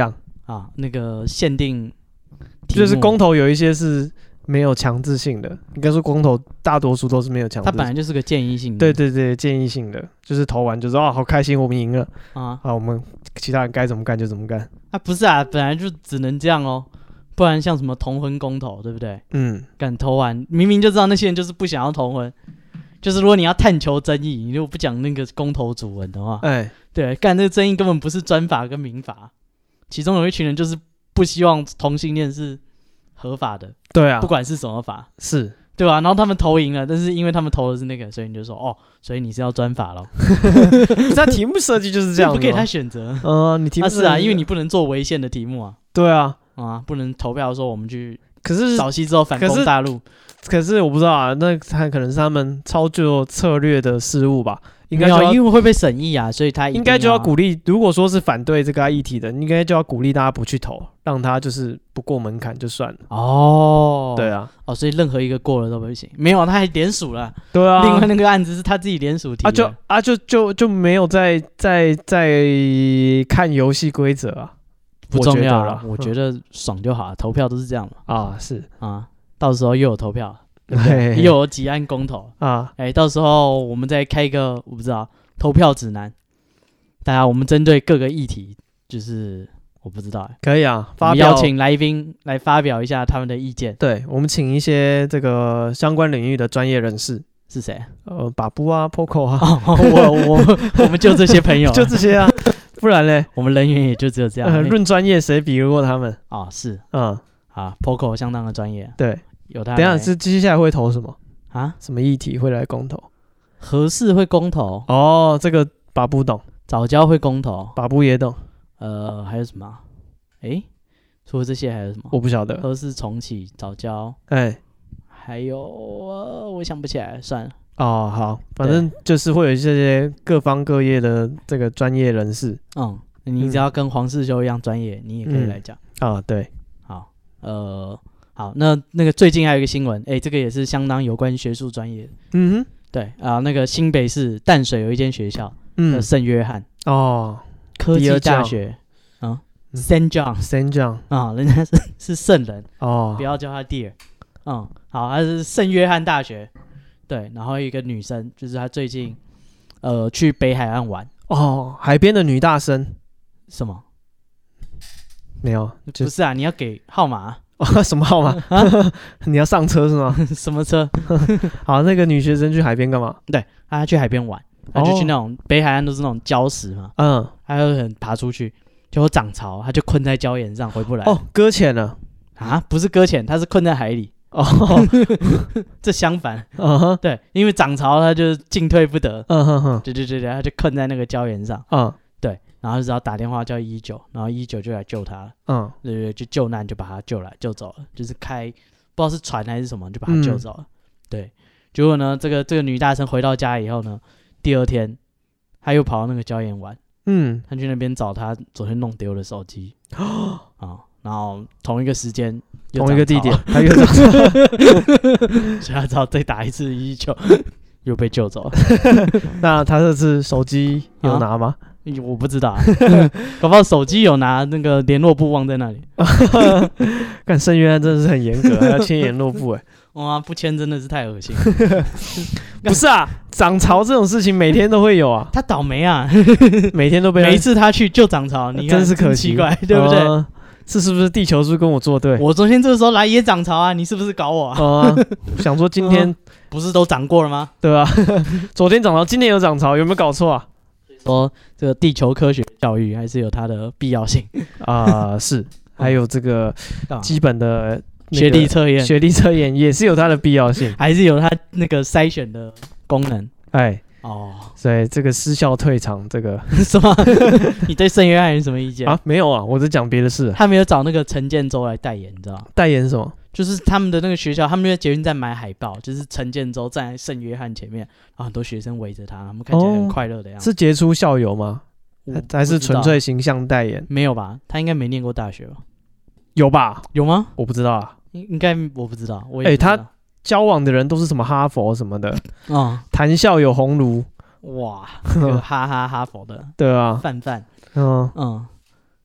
啊，那个限定就是公投有一些是没有强制性的，应该说公投大多数都是没有强制性的， 它本来就是个建议性的。 对对对，建议性的，就是投完就说啊好开心我们赢了啊，啊我们其他人该怎么干就怎么干。 啊不是啊，本来就只能这样哦，不然像什么同婚公投，对不对？嗯，敢投完明明就知道那些人就是不想要同婚，就是如果你要探求争议，你如果不讲那个公投主文的话，哎，对，干这个争议根本不是专法跟民法，其中有一群人就是不希望同性恋是合法的， 对啊， 不管是什么法， 是对吧？然后他们投赢了，但是因为他们投的是那个，所以你就说哦，所以你是要专法咯。 那题目设计就是这样， 不给他选择。 呃，你题目、 啊、是啊，因为你不能做违宪的题目啊。 对啊， 啊，不能投票说我们去， 可是早期之后反攻大陆。 可是我不知道啊，那他可能是他们操作策略的失误吧。应该没有，因为会被审议啊，所以他应该就要鼓励。如果说是反对这个议题的，应该就要鼓励大家不去投，让他就是不过门槛就算了。 哦， 对啊， 哦，所以任何一个过了都不行。没有，他还联署了。 对啊， 另外那个案子是他自己联署提的。 啊就啊就就就没有在在在看游戏规则啊， 不重要了。我觉得爽就好了，投票都是这样嘛。 啊，是啊，到时候又有投票。又有几案公投啊！哎、欸，到时候我们再开一个我不知道投票指南，大家我们针对各个议题，就是我不知道、欸， 可以啊，发表邀请来宾来发表一下他们的意见。 对，我们请一些这个相关领域的专业人士， 是谁？ 呃，把布啊 ，Poco 啊， 哦、我我我们就这些朋友， 就这些啊，不然嘞， 我们人员也就只有这样。 论、呃、专业，谁比得过他们？ 哦，是，嗯，啊 ，Poco 相当的专业， 对。 有他等一下是接下来会投什么啊？ 什么议题会来公投？ 核四会公投哦，这个把布懂， 早教会公投， 把布也懂。 呃，还有什么？哎，除了这些还有什么？ 我不晓得。 核四重启早教，哎，还有、呃、我想不起来，算了。 哦，好，反正就是会有这些各方各业的这个专业人士。 嗯，你只要跟黄世修一样专业，你也可以来讲、 嗯、啊。对， 好，呃。好，那那个最近还有一个新闻，哎，这个也是相当有关学术专业。嗯哼，对啊、呃，那个新北市淡水有一间学校，嗯，圣约翰哦，科技大学啊 ，Saint John，Saint John 啊，人家是是圣人哦，不要叫他 Dear。嗯，好，他是圣约翰大学，对，然后有一个女生，就是她最近呃去北海岸玩哦，海边的女大生， 什么？ 没有， 不是啊，你要给号码。 哦、什么号码？你要上车是吗？ 什么车？ 好，那个女学生去海边干嘛？ 对，她去海边玩，她就去那种、哦、北海岸都是那种礁石嘛，嗯，她就很爬出去，结果涨潮，她就困在礁岩上回不来。 哦，搁浅了啊？不是搁浅，她是困在海里。哦，这相反，嗯哼，对，因为涨潮，她就进退不得。嗯哼哼，对对对对，她就困在那个礁岩上。嗯。对，然后就只要打电话叫一一九，然后一一九就来救他了。嗯，对对，就救难就把他救来救走了，就是开不知道是船还是什么，就把他救走了。嗯、对，结果呢，这个这个女大生回到家以后呢，第二天她又跑到那个礁岩玩。嗯，她去那边找她昨天弄丢的手机。啊、哦，然后同一个时间， 同一个地点，她又涨潮， 所以她只好再打一次一一九，又被救走了。 那她这次手机有拿吗？啊我不知道、啊，搞不好手机有拿，那个联络簿忘在那里。 看圣约翰真的是很严格，还要签联络簿哎。 哇，不签真的是太恶心。 不是啊，涨潮这种事情每天都会有啊。 他倒霉啊， 每天都被他。 每一次他去就涨潮，你看真是可奇怪，对不对？ 呃、是是不是地球是跟我作对？ 我昨天这个时候来也涨潮啊，你是不是搞我啊？ 呃、想说今天、呃、 不是都涨过了吗？ 对吧、啊？昨天涨潮，今天有涨潮，有没有搞错啊？ 说这个地球科学教育还是有它的必要性啊、呃，是，还有这个基本的、那個、 学历测验， 学历测验也是有它的必要性， 还是有它那个筛选的功能。 哎，哦，所以这个失效退场，这个什么？你对圣约翰有什么意见啊？没有啊，我在讲别的事。 他没有找那个陈建州来代言，你知道吗？ 代言什么？ 就是他们的那个学校，他们在捷运站买海报，就是陈建州站在圣约翰前面，然后很多学生围着他，他们看起来很快乐的样子。 哦、是杰出校友吗？还是纯粹形象代言？ 没有吧，他应该没念过大学吧？ 有吧？ 有吗？ 我不知道啊， 应该我不知道。我也不知道。 欸、他交往的人都是什么哈佛什么的，嗯，谈笑有鸿儒， 哇，这个哈哈哈佛的， 对啊， 范范， 嗯嗯。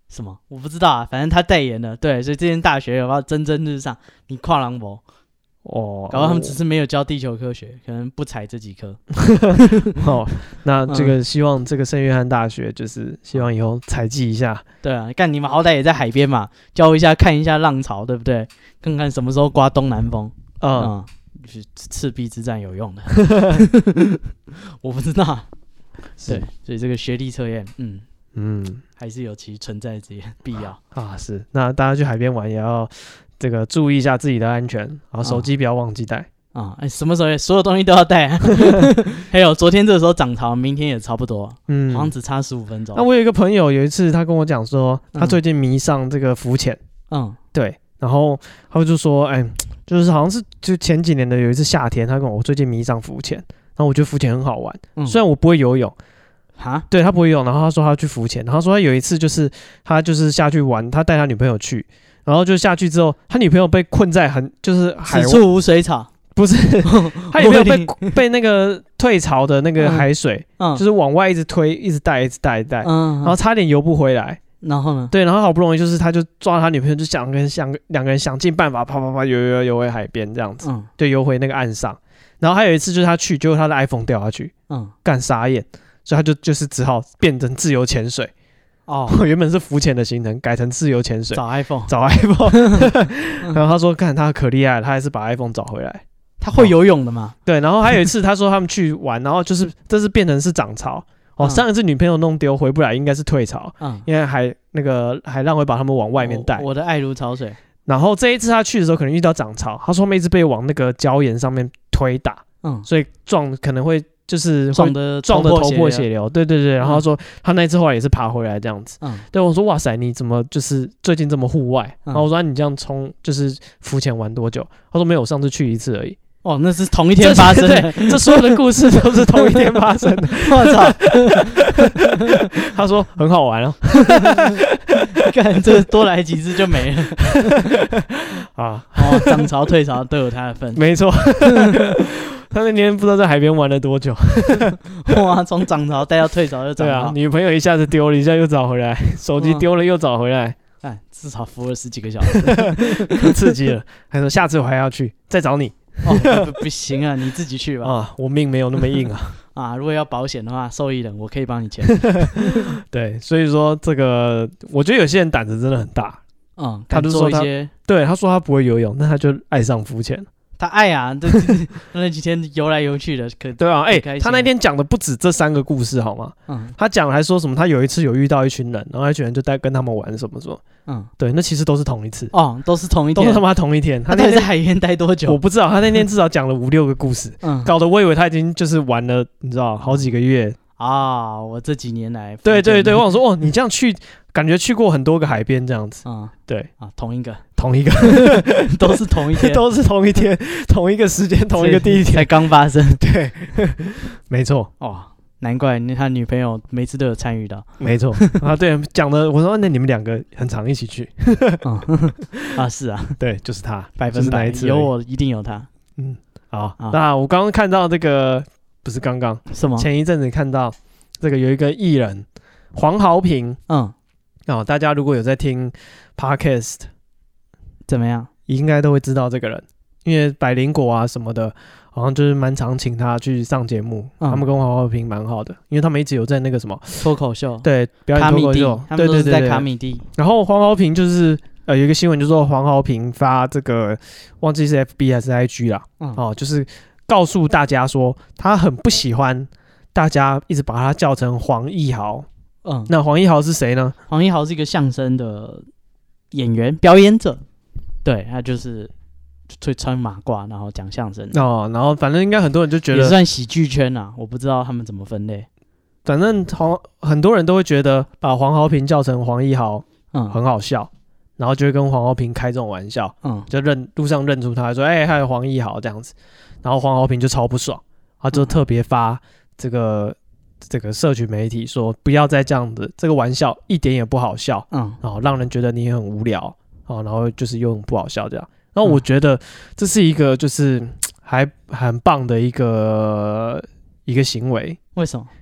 什么？我不知道啊，反正他代言了，对，所以这间大学有没有蒸蒸日上？你跨栏博哦，搞不好他们只是没有教地球科学，可能不采这几科。 哦，那这个希望这个圣约翰大学就是希望以后采集一下。 对啊，干你们好歹也在海边嘛，教一下看一下浪潮，对不对？看看什么时候刮东南风。嗯。嗯，赤壁之战有用的。我不知道。对，所以这个学历测验，嗯嗯，还是有其存在之必要啊。是，那大家去海边玩也要这个注意一下自己的安全，然后手机不要忘记带啊。哎、嗯，什么时候所有东西都要带、啊？还有昨天这个时候涨潮，明天也差不多，嗯，好像只差十五分钟。 那我有一个朋友，有一次他跟我讲说，他最近迷上这个浮潜，嗯，对，然后他就说，哎，就是好像是就前几年的有一次夏天，他跟我我最近迷上浮潜。然后我觉得浮潜很好玩，嗯、虽然我不会游泳，哈，对他不会游泳，然后他说他要去浮潜，然后他说他有一次就是他就是下去玩，他带他女朋友去，然后就下去之后，他女朋友被困在很就是海此处无水草， 不是，他女朋友被被那个退潮的那个海水，嗯、就是往外一直推，一直带，一直带，一直带，嗯、然后差点游不回来。 然后呢？ 对，然后好不容易就是他就抓他女朋友，就想跟想两个人想尽办法，啪啪啪游游游回海边这样子，嗯、对，游回那个岸上。然后还有一次就是他去，结果他的 iPhone 掉下去，嗯，干傻眼，所以他就就是只好变成自由潜水。哦，原本是浮潜的行程，改成自由潜水。 找 iPhone， 找 iPhone。然后他说，看他可厉害了，他还是把 iPhone 找回来。 他会游泳的吗？ 对，然后还有一次他说他们去玩，然后就是这是变成是涨潮。哦，嗯、上一次女朋友弄丢回不来，应该是退潮，嗯，因为海那个海浪会把他们往外面带。 我, 我的爱如潮水。 然后这一次他去的时候，可能遇到涨潮，他说他们一直被往那个礁岩上面推打，嗯，所以撞可能会就是撞的撞的头破血流，对对对。然后他说他那一次后来也是爬回来这样子，嗯，对我说哇塞，你怎么就是最近这么户外？嗯、然后我说、啊、你这样冲就是浮潜玩多久？他说没有，上次去一次而已。 哦，那是同一天发生的， 对，这所有的故事都是同一天发生的。 我操！ 他说很好玩哦， 看这多来几次就没了啊！哦，涨潮退潮都有他的份， 没错。他那天不知道在海边玩了多久， 哇！从涨潮带到退潮又涨潮，对啊，女朋友一下子丢了，一下又找回来，手机丢了又找回来， 哎，至少浮了十几个小时， 可刺激了。还说下次我还要去，再找你。 哦、不, 不行啊，你自己去吧。 啊，我命没有那么硬啊。 啊，如果要保险的话，受益人我可以帮你签。 对，所以说这个，我觉得有些人胆子真的很大。嗯，他就说他，对，他说他不会游泳，那他就爱上浮潜。 他爱啊，对，那几天游来游去的，可对啊，哎、欸，他那天讲的不止这三个故事，好吗？嗯，他讲还说什么？他有一次有遇到一群人，然后那群人就在跟他们玩什么什么。嗯，对，那其实都是同一次。 哦，都是同一天， 都是他妈同一天。 他那天在海边待多久？ 我不知道，他那天至少讲了五六个故事，嗯，搞得我以为他已经就是玩了，你知道，好几个月。 啊，我这几年来， 对对对，我想说，哦，你这样去，感觉去过很多个海边这样子，嗯，对啊，同一个， 同一个， 都是同一天， 都是同一天，同一个时间，同一个地点， 才刚发生， 对，没错， 哦，难怪他女朋友每次都有参与到， 没错啊，对，讲的，我说那你们两个很常一起去， 嗯、啊，是啊， 对，就是他， 百分百，有我一定有他， 嗯，好，啊、那我刚刚看到这个。不是刚刚什么？ 前一阵子看到这个有一个艺人黄豪平，嗯，哦，大家如果有在听 podcast， 怎么样？ 应该都会知道这个人，因为百灵果啊什么的，好像就是蛮常请他去上节目。嗯、他们跟黄豪平蛮好的，因为他们一直有在那个什么脱口秀， 对，表演脱口秀， 对对对，在卡米蒂。 然后黄豪平就是呃有一个新闻，就说黄豪平发这个忘记是 F B 还是 I G 啦，嗯、哦，就是。告诉大家说，他很不喜欢大家一直把他叫成黄奕豪。嗯，那黄奕豪是谁呢？ 黄奕豪是一个相声的演员、表演者。对，他就是会穿马褂，然后讲相声。 哦，然后反正应该很多人就觉得也算喜剧圈啊，我不知道他们怎么分类。 反正黄很多人都会觉得把黄豪平叫成黄奕豪，嗯，很好笑。然后就会跟黄豪平开这种玩笑，嗯，就认路上认出他说，哎、欸，还有黄奕豪这样子。然后黄豪平就超不爽，他就特别发这个、嗯、这个社群媒体说，不要再这样子，这个玩笑一点也不好笑，嗯，然后让人觉得你很无聊，哦，然后就是又很不好笑这样。然后我觉得这是一个就是还很棒的一个一个行为。 为什么？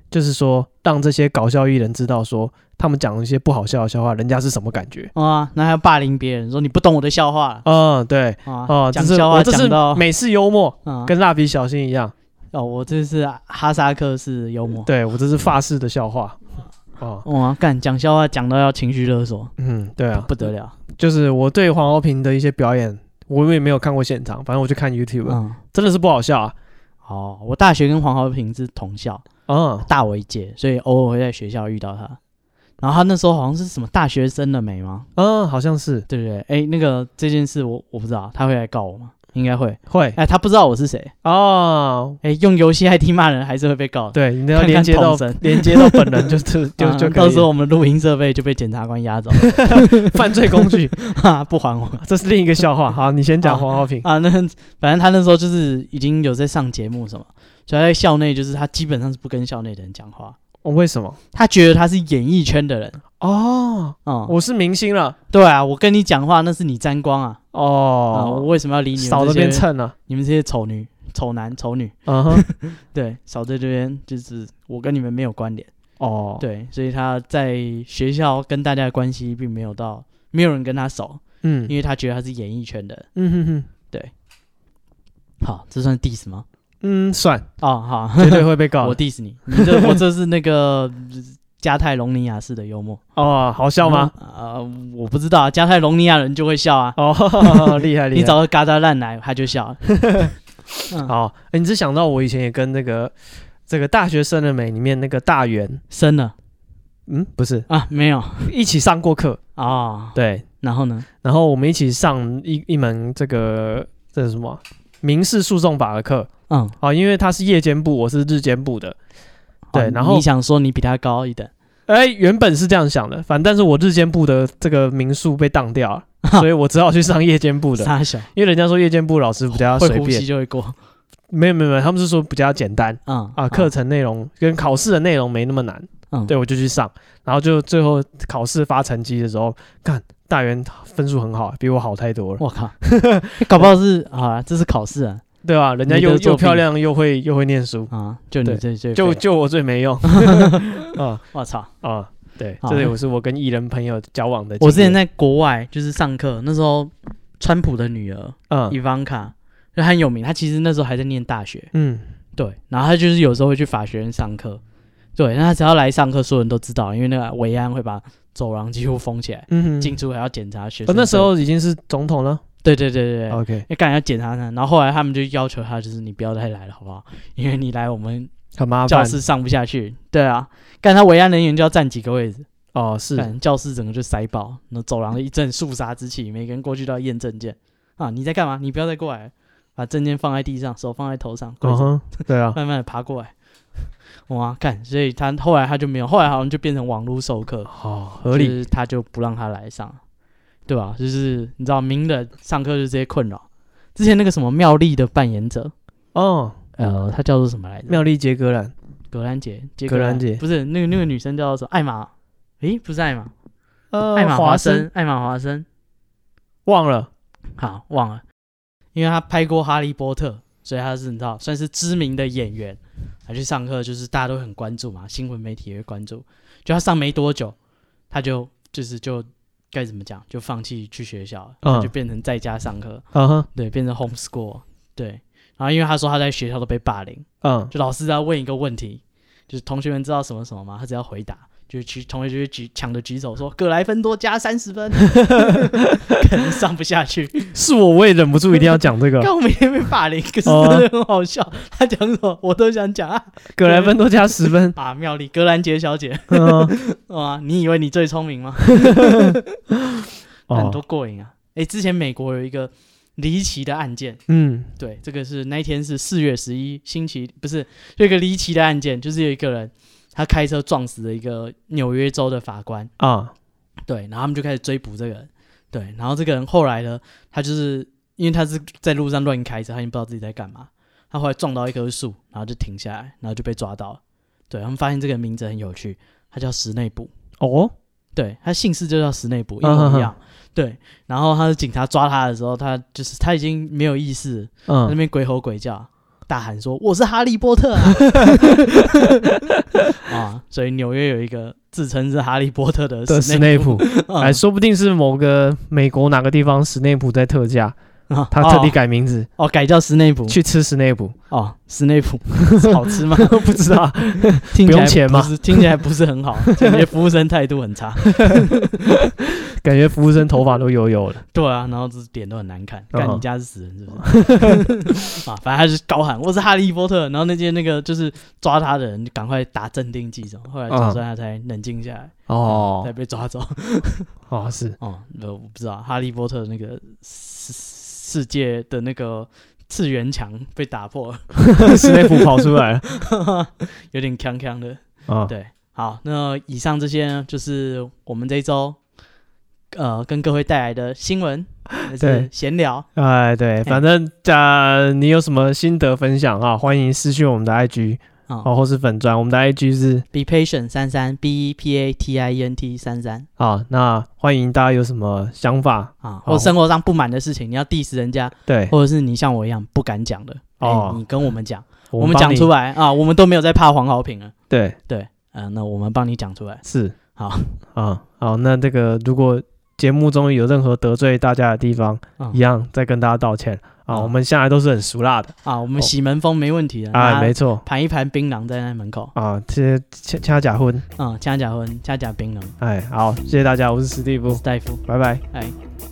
就是说让这些搞笑艺人知道说他们讲一些不好笑的笑话，人家是什么感觉啊？那还要霸凌别人，说你不懂我的笑话。 嗯，对啊，讲笑话讲到美式幽默，跟蜡笔小新一样。 哦，我这是哈萨克式幽默， 对我这是法式的笑话。 哦，哇，干讲笑话讲到要情绪勒索， 嗯，对啊， 不得了。 就是我对黄豪平的一些表演，我也没有看过现场，反正我就看 YouTube，、嗯、真的是不好笑啊。 哦，我大学跟黄豪平是同校，嗯，大我一届，所以偶尔会在学校遇到他。然后他那时候好像是什么大学生了没吗？ 嗯，好像是， 对不对？哎，那个这件事我我不知道，他会来告我吗？应该会会， 哎，他不知道我是谁哦，哎，用游戏 I D 骂人还是会被告的。 对，你要连接到连接到本人就就就就到时候我们录音设备就被检察官押走， 犯罪工具不还我， 这是另一个笑话。好，你先讲黄豪平啊，那反正他那时候就是已经有在上节目什么，所以他在校内就是他基本上是不跟校内的人讲话。 哦，为什么？ 他觉得他是演艺圈的人哦，嗯，我是明星了。 对啊，我跟你讲话那是你沾光啊。 哦、 啊，我为什么要理你们？ 少这边蹭啊！ 你们这些丑女、丑男、丑女，嗯哼，对，少在这边就是我跟你们没有关联哦。对，所以他在学校跟大家的关系并没有到，没有人跟他熟，嗯，因为他觉得他是演艺圈的，嗯哼哼，对。好，这算 diss 吗？ 嗯，算哦，好， 绝对会被告。 我 diss 你，你这我这是那个加泰隆尼亚式的幽默哦，好笑吗？ 啊、嗯呃，我不知道，加泰隆尼亚人就会笑啊。 哦，厉害厉害！ 你找个嘎达烂奶，他就笑了。 嗯、好，欸，你只想到我以前也跟那个这个大学生了没里面那个大圆生了， 嗯，不是啊，没有一起上过课哦。 对， 然后呢？ 然后我们一起上一一门这个这是什么民事诉讼法的课。嗯，好，因为他是夜间部，我是日间部的。对，然后你想说你比他高一等？ 哎、欸，原本是这样想的，反正但是我日间部的这个民宿被当掉了，所以我只好去上夜间部的。 傻小， 因为人家说夜间部老师比较随便， 会呼吸就会过。 没有没有没有，他们是说比较简单，嗯啊，课程内容跟考试的内容没那么难。嗯，对，我就去上，然后就最后考试发成绩的时候，看大元分数很好，比我好太多了。 我靠，搞不好是啊，这是考试啊。 对吧、啊？人家又又漂亮又会又会念书啊，就你最最就就我最没用啊！我操啊！对，这也是我跟艺人朋友交往的。 我之前在国外就是上课，那时候川普的女儿，嗯，伊凡卡就很有名。她其实那时候还在念大学，嗯，对。然后她就是有时候会去法学院上课，对。那她只要来上课，所有人都知道，因为那个维安会把走廊几乎封起来，嗯，进出还要检查学生、 哦。那时候已经是总统了。 对对对对 ，OK， 要干要检查他，然后后来他们就要求他，就是你不要再来了，好不好？因为你来我们很麻烦， 教室上不下去。对啊，干他维安人员就要占几个位置哦，是， 教室整个就塞爆，那走廊一阵肃杀之气，每个人过去都要验证件啊！你在干嘛？你不要再过来，把证件放在地上，手放在头上，跪着、 uh-huh, 对啊， 慢慢的爬过来。哇，干，所以他后来他就没有，后来好像就变成网络授课， 哦，合理， 就是他就不让他来上。对吧？就是你知道，名人上课就这些困扰。之前那个什么妙丽的扮演者，哦，呃，他叫做什么来着？ 妙丽杰格兰， 格兰杰，杰格兰杰， 不是那个那个女生叫做什么？艾玛？诶，不是艾玛，呃，艾玛华森，艾玛华森， 忘了， 好忘了，因为他拍过《哈利波特》，所以他是你知道算是知名的演员。他去上课就是大家都很关注嘛，新闻媒体也会关注。就他上没多久，他就就是就。该怎么讲？就放弃去学校，嗯、就变成在家上课。Uh-huh. 对，变成 homeschool。对，然后因为他说他在学校都被霸凌，嗯，就老师要问一个问题，就是同学们知道什么什么吗？他只要回答，就举同学就会举抢着举手说葛莱芬多加三十分，可能上不下去。 是我，我也忍不住一定要讲这个。 刚我们也被霸凌，可是真的很好笑。哦、他讲什么我都想讲啊。 葛莱芬多加十分啊，妙丽格兰杰小姐，哇，你以为你最聪明吗？很多过瘾啊！哎、欸，之前美国有一个离奇的案件，嗯，对，这个是那一天是四月十一星期，不是，有一个离奇的案件，就是有一个人他开车撞死了一个纽约州的法官啊，对，然后他们就开始追捕这个人，对，然后这个人后来呢，他就是因为他是在路上乱开车，他已经不知道自己在干嘛，他后来撞到一棵树，然后就停下来，然后就被抓到了，对，他们发现这个名字很有趣，他叫史内卜哦。对，他姓氏就叫史内卜，一模一样。Uh-huh. 对，然后他的警察抓他的时候，他就是他已经没有意识，嗯，那边鬼吼鬼叫， 大喊说我是哈利波特啊啊！所以纽约有一个自称是哈利波特的史内普， 哎，说不定是某个美国哪个地方史内普在特价。他特地改名字哦, 哦，改叫史内普， 去吃史内普哦，史内普好吃吗？ 不知道， 听起来不用钱吗？ 听起来不是很好，感觉服务生态度很差， 感觉服务生头发都油油的。 对啊，然后就是脸都很难看，干、哦、你家是死人是不是？啊，反正他就是高喊我是哈利波特，然后那些那个就是抓他的人就赶快打镇定剂什么，后来总算他才冷静下来，哦，才被抓走。 哦，是哦，我不知道哈利波特那个。世界的那个次元墙被打破了， 史内普跑出来了， 有点锵锵的。哦、对，好，那以上这些呢，就是我们这一周呃跟各位带来的新闻，对，闲聊。 哎，对，反正呃你有什么心得分享啊，欢迎私讯我们的 I G。哦，或是粉专，我们的 I G 是 be patient 三三 b e p a t i e n t 三三。 好，那欢迎大家有什么想法啊，或生活上不满的事情，你要 diss 人家， 对， 或者是你像我一样不敢讲的，哦、欸，你跟我们讲，我们讲出来啊，我们都没有在怕黄豪平了。 对对，呃，那我们帮你讲出来。 是， 好啊，好，那这个如果节目中有任何得罪大家的地方，嗯、一样再跟大家道歉。啊、哦，我们向来都是很熟辣的啊，我们洗门风没问题的啊，没错， 盘一盘槟榔在那门口啊，这掐掐假婚， 嗯，掐假婚，掐假槟榔， 哎，好，谢谢大家，我是史蒂夫， 我是戴夫， 拜拜， 哎。